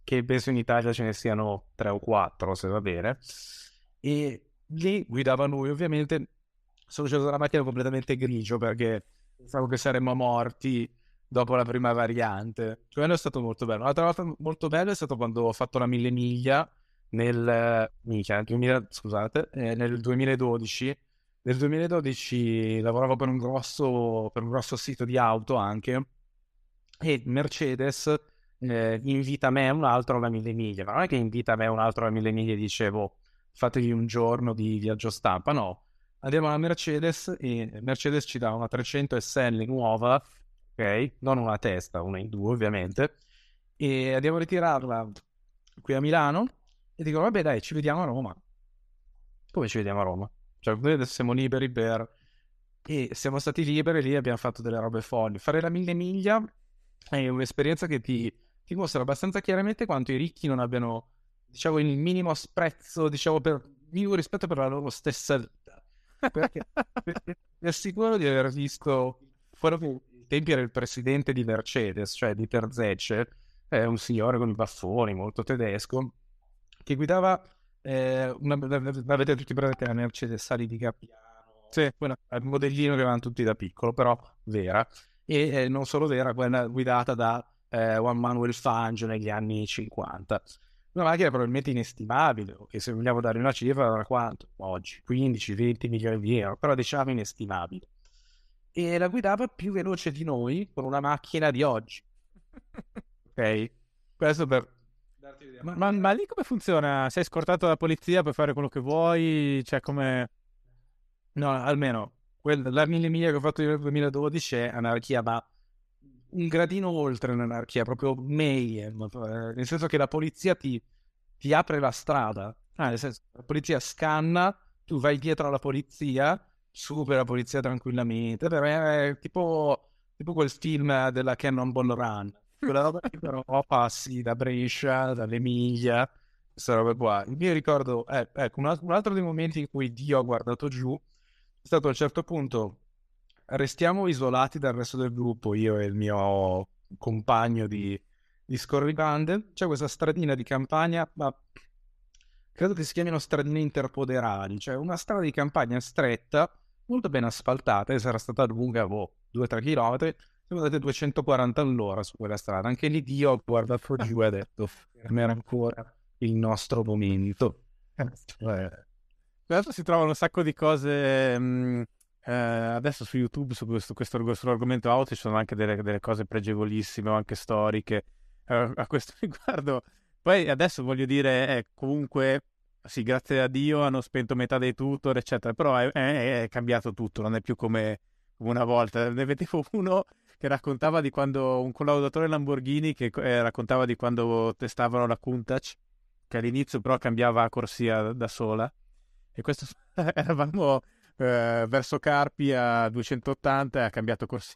Speaker 3: che penso in Italia ce ne siano tre o quattro, se va bene, e lì guidava lui, ovviamente sono sceso dalla macchina completamente grigio perché pensavo che saremmo morti dopo la prima variante. Quello è stato molto bello. Un'altra volta molto bello è stato quando ho fatto la mille miglia nel, minchia, duemila, scusate, eh, nel duemiladodici. Nel duemiladodici lavoravo per un grosso, per un grosso sito di auto anche, e Mercedes eh, invita me e un altro alla mille miglia. Ma non è che invita me e un altro alla mille miglia e dicevo fatevi un giorno di viaggio stampa, no. Andiamo alla Mercedes e Mercedes ci dà una trecento S L nuova, ok? Non una testa, una in due ovviamente, e andiamo a ritirarla qui a Milano e dicono vabbè dai, ci vediamo a Roma. Come ci vediamo a Roma? Cioè noi adesso siamo liberi per... E siamo stati liberi lì e abbiamo fatto delle robe folli. Fare la mille miglia è un'esperienza che ti, ti mostra abbastanza chiaramente quanto i ricchi non abbiano, diciamo, il minimo sprezzo, diciamo, per minimo rispetto per la loro stessa vita. Perché, perché mi assicuro di aver visto quello che ai tempi era il presidente di Mercedes, cioè di Terzecce, è un signore con i baffoni, molto tedesco, che guidava, eh, una, avete tutti presente la Mercedes Sali di Gappiano,
Speaker 2: Sì.
Speaker 3: quella, il modellino che avevano tutti da piccolo, però vera, e eh, non solo vera, quella guidata da eh, Juan Manuel Fangio negli anni cinquanta. Una macchina probabilmente inestimabile, che se vogliamo dare una cifra era quanto? Oggi, quindici venti milioni di euro, però diciamo inestimabile. E la guidava più veloce di noi con una macchina di oggi. Ok? Questo per darti un'idea.
Speaker 2: Ma, ma, ma lì come funziona? Sei scortato dalla polizia, puoi fare quello che vuoi? Cioè, come...
Speaker 3: No, almeno quel, la mille miglia che ho fatto io nel duemiladodici è anarchia, ma un gradino oltre l'anarchia, proprio mayhem, eh, nel senso che la polizia ti, ti apre la strada. Ah, nel senso, la polizia scanna, tu vai dietro alla polizia, supera la polizia tranquillamente, però è tipo, tipo quel film della Cannonball Run. Quella roba che però passi da Brescia, dalle miglia, questa roba qua. Mi ricordo, eh, ecco, un, un altro dei momenti in cui Dio ha guardato giù è stato a un certo punto, restiamo isolati dal resto del gruppo, io e il mio compagno di, di scorribande, c'è questa stradina di campagna, ma credo che si chiamino stradine interpoderali, cioè una strada di campagna stretta, molto ben asfaltata, e sarà stata lunga, boh, due tre chilometri, siamo andati a duecentoquaranta all'ora su quella strada, anche lì Dio ha guardato giù e ha detto, non era ancora il nostro momento. Eh.
Speaker 2: Tra l'altro si trovano un sacco di cose mh, eh, adesso su YouTube su questo, questo, sull'argomento auto ci sono anche delle, delle cose pregevolissime o anche storiche eh, a questo riguardo. Poi adesso voglio dire, eh, comunque, sì, grazie a Dio hanno spento metà dei tutor, eccetera, però è, è, è cambiato tutto, non è più come, come una volta. Ne vedevo uno che raccontava di quando, un collaudatore Lamborghini che eh, raccontava di quando testavano la Countach, che all'inizio però cambiava corsia da sola. E questo eravamo eh, verso Carpi a duecentottanta e ha cambiato corsia.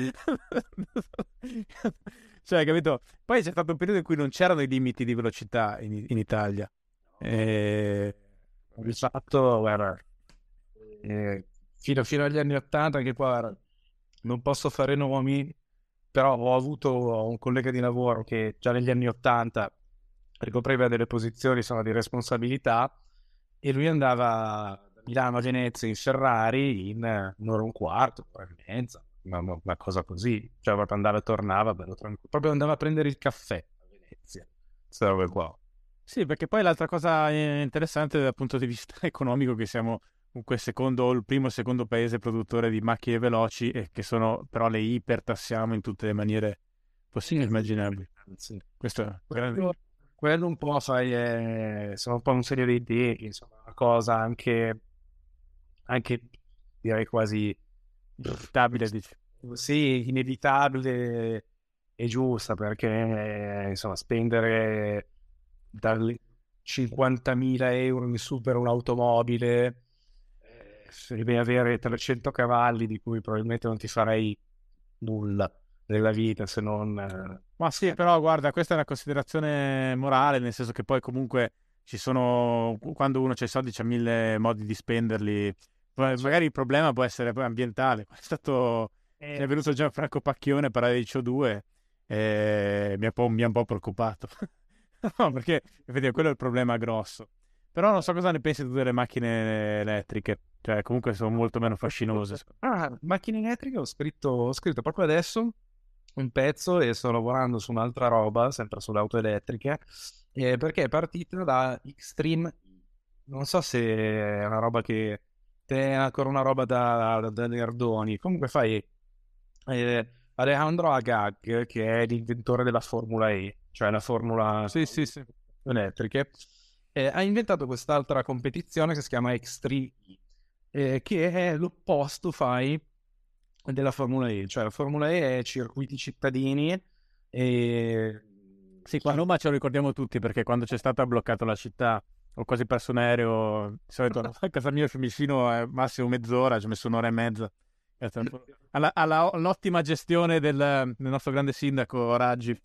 Speaker 2: Cioè, capito? Poi c'è stato un periodo in cui non c'erano i limiti di velocità in, in Italia. E...
Speaker 3: Il fatto, guarda, eh, fino, fino agli anni ottanta, che qua guarda, non posso fare nomi, però ho avuto un collega di lavoro che già negli anni ottanta ricopriva delle posizioni, insomma, di responsabilità, e lui andava da Milano a Venezia in Ferrari in un'ora e un quarto, un'ora e mezza, una, una cosa così, cioè proprio andava e tornava, bello tranquillo, proprio andava a prendere il caffè a Venezia, queste robe qua.
Speaker 2: Sì, perché poi l'altra cosa interessante dal punto di vista economico che siamo comunque secondo, il primo o secondo paese produttore di macchine veloci e che sono, però le ipertassiamo in tutte le maniere possibili e immaginabili.
Speaker 3: Sì.
Speaker 2: Questo è
Speaker 3: quello, quello un po' fai, eh, sono un po' un segno di idee, insomma, una cosa anche, anche direi quasi
Speaker 2: inevitabile, dici.
Speaker 3: Sì, inevitabile e giusta, perché eh, insomma spendere dalle cinquantamila euro in su per un'automobile, eh, devi avere trecento cavalli di cui probabilmente non ti farei nulla nella vita se non... Eh...
Speaker 2: Ma sì, però guarda, questa è una considerazione morale, nel senso che poi comunque ci sono, quando uno c'ha i soldi c'ha mille modi di spenderli, magari il problema può essere poi ambientale. È stato, eh, è venuto Gianfranco Pacchione a parlare di C O due e mi ha un po', mi ha un po' preoccupato. No, perché vedi, quello è il problema grosso. Però non so cosa ne pensi tu delle macchine elettriche. Cioè, comunque sono molto meno fascinose.
Speaker 3: Ah, macchine elettriche ho scritto, ho scritto proprio adesso un pezzo e sto lavorando su un'altra roba, sempre sulle auto elettriche, eh, perché è partita da Xtreme. Non so se è una roba che te è ancora una roba da, da, da nerdoni. Comunque fai eh, Alejandro Agag, che è l'inventore della Formula E, cioè la Formula
Speaker 2: Sì, sì, sì.
Speaker 3: elettriche, eh, ha inventato quest'altra competizione che si chiama Xtreme E, eh, che è l'opposto, fai, della Formula E. Cioè la Formula E è circuiti cittadini e...
Speaker 2: Sì, qua a Roma ce lo ricordiamo tutti perché quando c'è stata bloccata la città ho quasi perso un aereo. Di solito a casa mia Fiumicino è massimo mezz'ora, ci ho messo un'ora e mezza. Alla, alla, all'ottima gestione del, del nostro grande sindaco Raggi.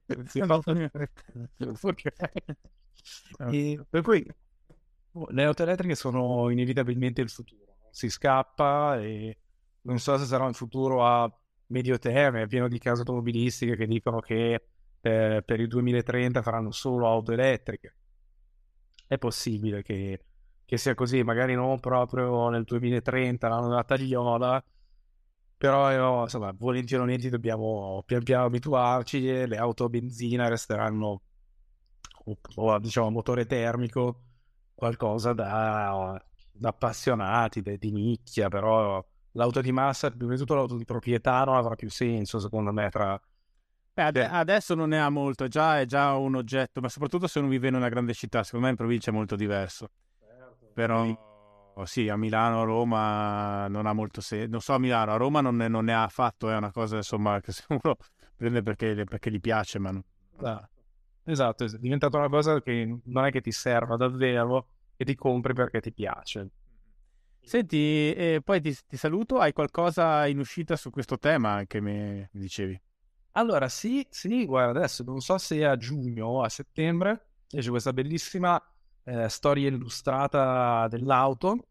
Speaker 3: E per cui le auto elettriche sono inevitabilmente il futuro. Si scappa e non so se sarà un futuro a medio termine, è pieno di case automobilistiche che dicono che eh, per il duemilatrenta faranno solo auto elettriche. È possibile che, che sia così, magari non proprio nel duemilatrenta, l'anno della tagliola, però io, insomma, volenti o nolenti dobbiamo pian piano abituarci e le auto a benzina resteranno, o, o, diciamo a motore termico, qualcosa da, da appassionati, da- di nicchia, però l'auto di massa, prima di tutto l'auto di proprietà non avrà più senso, secondo me, tra...
Speaker 2: Beh, ade- adesso non ne ha molto, è già, è già un oggetto, ma soprattutto se uno vive in una grande città, secondo me in provincia è molto diverso. Però sì, a Milano, a Roma non ha molto senso. Non so a Milano, a Roma non ne, non ne ha affatto, è una cosa insomma che se uno prende perché, perché gli piace, ma non...
Speaker 3: Esatto, esatto, è diventata una cosa che non è che ti serva davvero, che ti compri perché ti piace.
Speaker 2: Senti, e poi ti, ti saluto, hai qualcosa in uscita su questo tema che mi, mi dicevi?
Speaker 3: Allora, sì, sì, guarda, adesso non so se a giugno o a settembre esce questa bellissima eh, storia illustrata dell'auto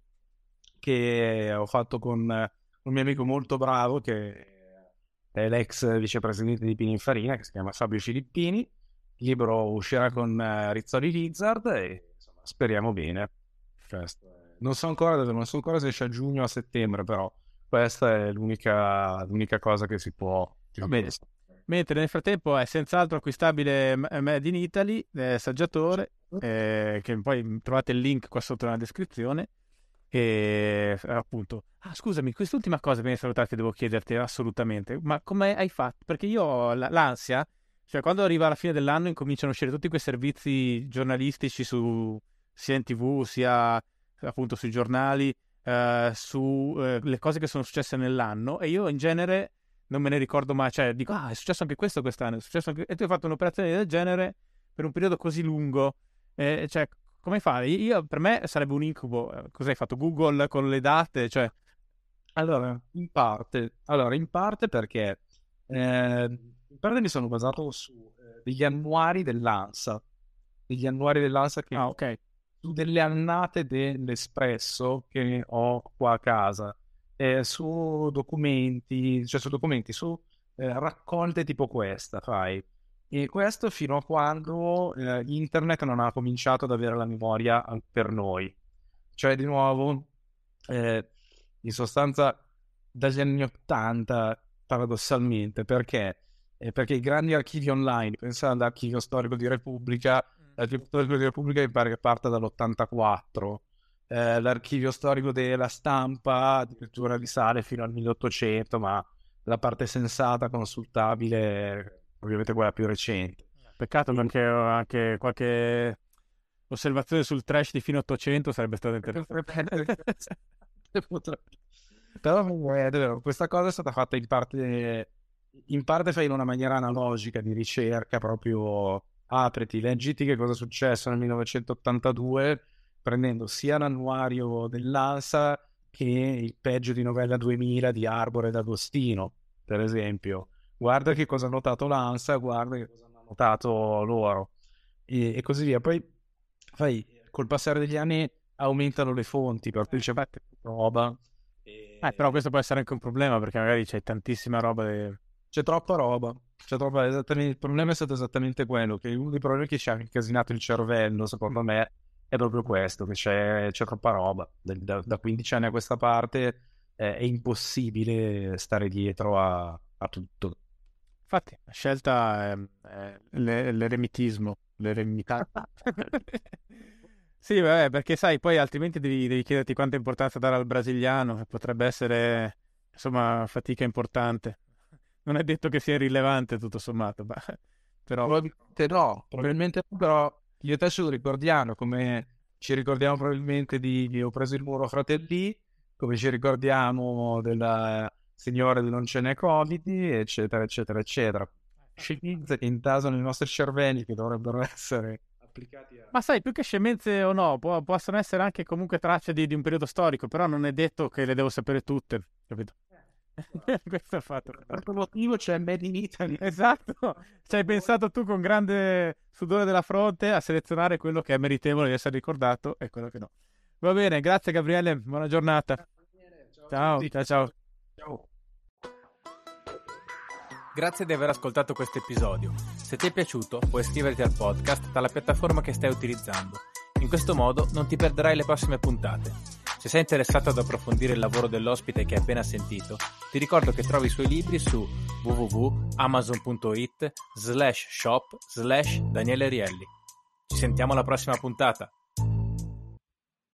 Speaker 3: che ho fatto con eh, un mio amico molto bravo che è l'ex vicepresidente di Pininfarina, che si chiama Fabio Filippini. Il libro uscirà con eh, Rizzoli Lizard e insomma, speriamo bene. Questo è- Non so ancora, non so ancora se esce a giugno o a settembre, però questa è l'unica, l'unica cosa che si può...
Speaker 2: Va bene. Mentre nel frattempo è senz'altro acquistabile M- Made in Italy, eh, saggiatore, eh, che poi trovate il link qua sotto nella descrizione. E appunto, ah, scusami, quest'ultima cosa prima di salutarti devo chiederti assolutamente, ma come hai fatto? Perché io ho l- l'ansia, cioè quando arriva la fine dell'anno incominciano a uscire tutti quei servizi giornalistici su sia in tivù sia appunto sui giornali, eh, su eh, le cose che sono successe nell'anno e io in genere non me ne ricordo mai, cioè dico ah è successo anche questo quest'anno, è successo anche... e tu hai fatto un'operazione del genere per un periodo così lungo, eh, cioè come fare? Io, per me sarebbe un incubo. Cos'hai fatto? Google con le date? Cioè...
Speaker 3: Allora, in parte, allora, in parte perché eh, in parte mi sono basato su eh, degli annuari dell'ANSA, degli annuari dell'ANSA che
Speaker 2: Ah, ok.
Speaker 3: su delle annate dell'Espresso che ho qua a casa, eh, su documenti, cioè su documenti, su eh, raccolte tipo questa, fai. E questo fino a quando eh, internet non ha cominciato ad avere la memoria an- per noi. Cioè, di nuovo, eh, in sostanza dagli anni ottanta, paradossalmente, perché? Eh, perché i grandi archivi online, pensate all'archivio storico di Repubblica, l'archivio storico di Repubblica mi pare che parta dall'ottantaquattro, eh, l'archivio storico della stampa addirittura risale fino al milleottocento, ma la parte sensata, consultabile, ovviamente quella più recente.
Speaker 2: Peccato perché ho anche qualche osservazione sul trash di fine ottocento sarebbe stata interessante.
Speaker 3: Però è vero, questa cosa è stata fatta in parte, in parte fai in una maniera analogica di ricerca, proprio apriti, leggiti che cosa è successo nel millenovecentottantadue, prendendo sia l'annuario dell'ANSA che il peggio di novella duemila di Arbore d'Agostino, per esempio. Guarda che cosa ha notato l'ANSA, guarda che cosa hanno notato loro, e, e così via. Poi fai, col passare degli anni aumentano le fonti, per cui c'è più roba.
Speaker 2: Eh, però questo può essere anche un problema perché magari c'è tantissima roba. De...
Speaker 3: C'è troppa roba, Cioè, proprio esattamente, il problema è stato esattamente quello, che uno dei problemi che ci ha incasinato il cervello, secondo me, è proprio questo, che c'è, c'è troppa roba. Da, da quindici anni a questa parte eh, è impossibile stare dietro a, a tutto.
Speaker 2: Infatti, la scelta è, è l'e- l'eremitismo, l'eremità. Sì, vabbè, perché sai, poi altrimenti devi, devi chiederti quanta importanza dare al brasiliano, e potrebbe essere, insomma, fatica importante. Non è detto che sia irrilevante, tutto sommato, ma però...
Speaker 3: Probabilmente no, probabilmente no, però io e te ce lo ricordiamo, come ci ricordiamo probabilmente di, di Ho preso il muro Fratelli, come ci ricordiamo della signora di Non ce n'è Covid, eccetera, eccetera, eccetera. Scienze che intasano i nostri cervelli che dovrebbero essere applicati a...
Speaker 2: Ma sai, più che scemenze o no, può- possono essere anche comunque tracce di, di un periodo storico, però non è detto che le devo sapere tutte, capito? Questo è il fatto.
Speaker 3: Per questo motivo c'è Made in Italy.
Speaker 2: Esatto, ci hai pensato tu con grande sudore della fronte a selezionare quello che è meritevole di essere ricordato e quello che no. Va bene, grazie Gabriele, buona giornata. Ciao, ciao, ciao.
Speaker 3: Ciao.
Speaker 1: Grazie di aver ascoltato questo episodio. Se ti è piaciuto, puoi iscriverti al podcast dalla piattaforma che stai utilizzando. In questo modo non ti perderai le prossime puntate. Se sei interessato ad approfondire il lavoro dell'ospite che hai appena sentito, ti ricordo che trovi i suoi libri su w w w punto amazon punto it slash shop slash Daniele Rielli. Ci sentiamo alla prossima puntata.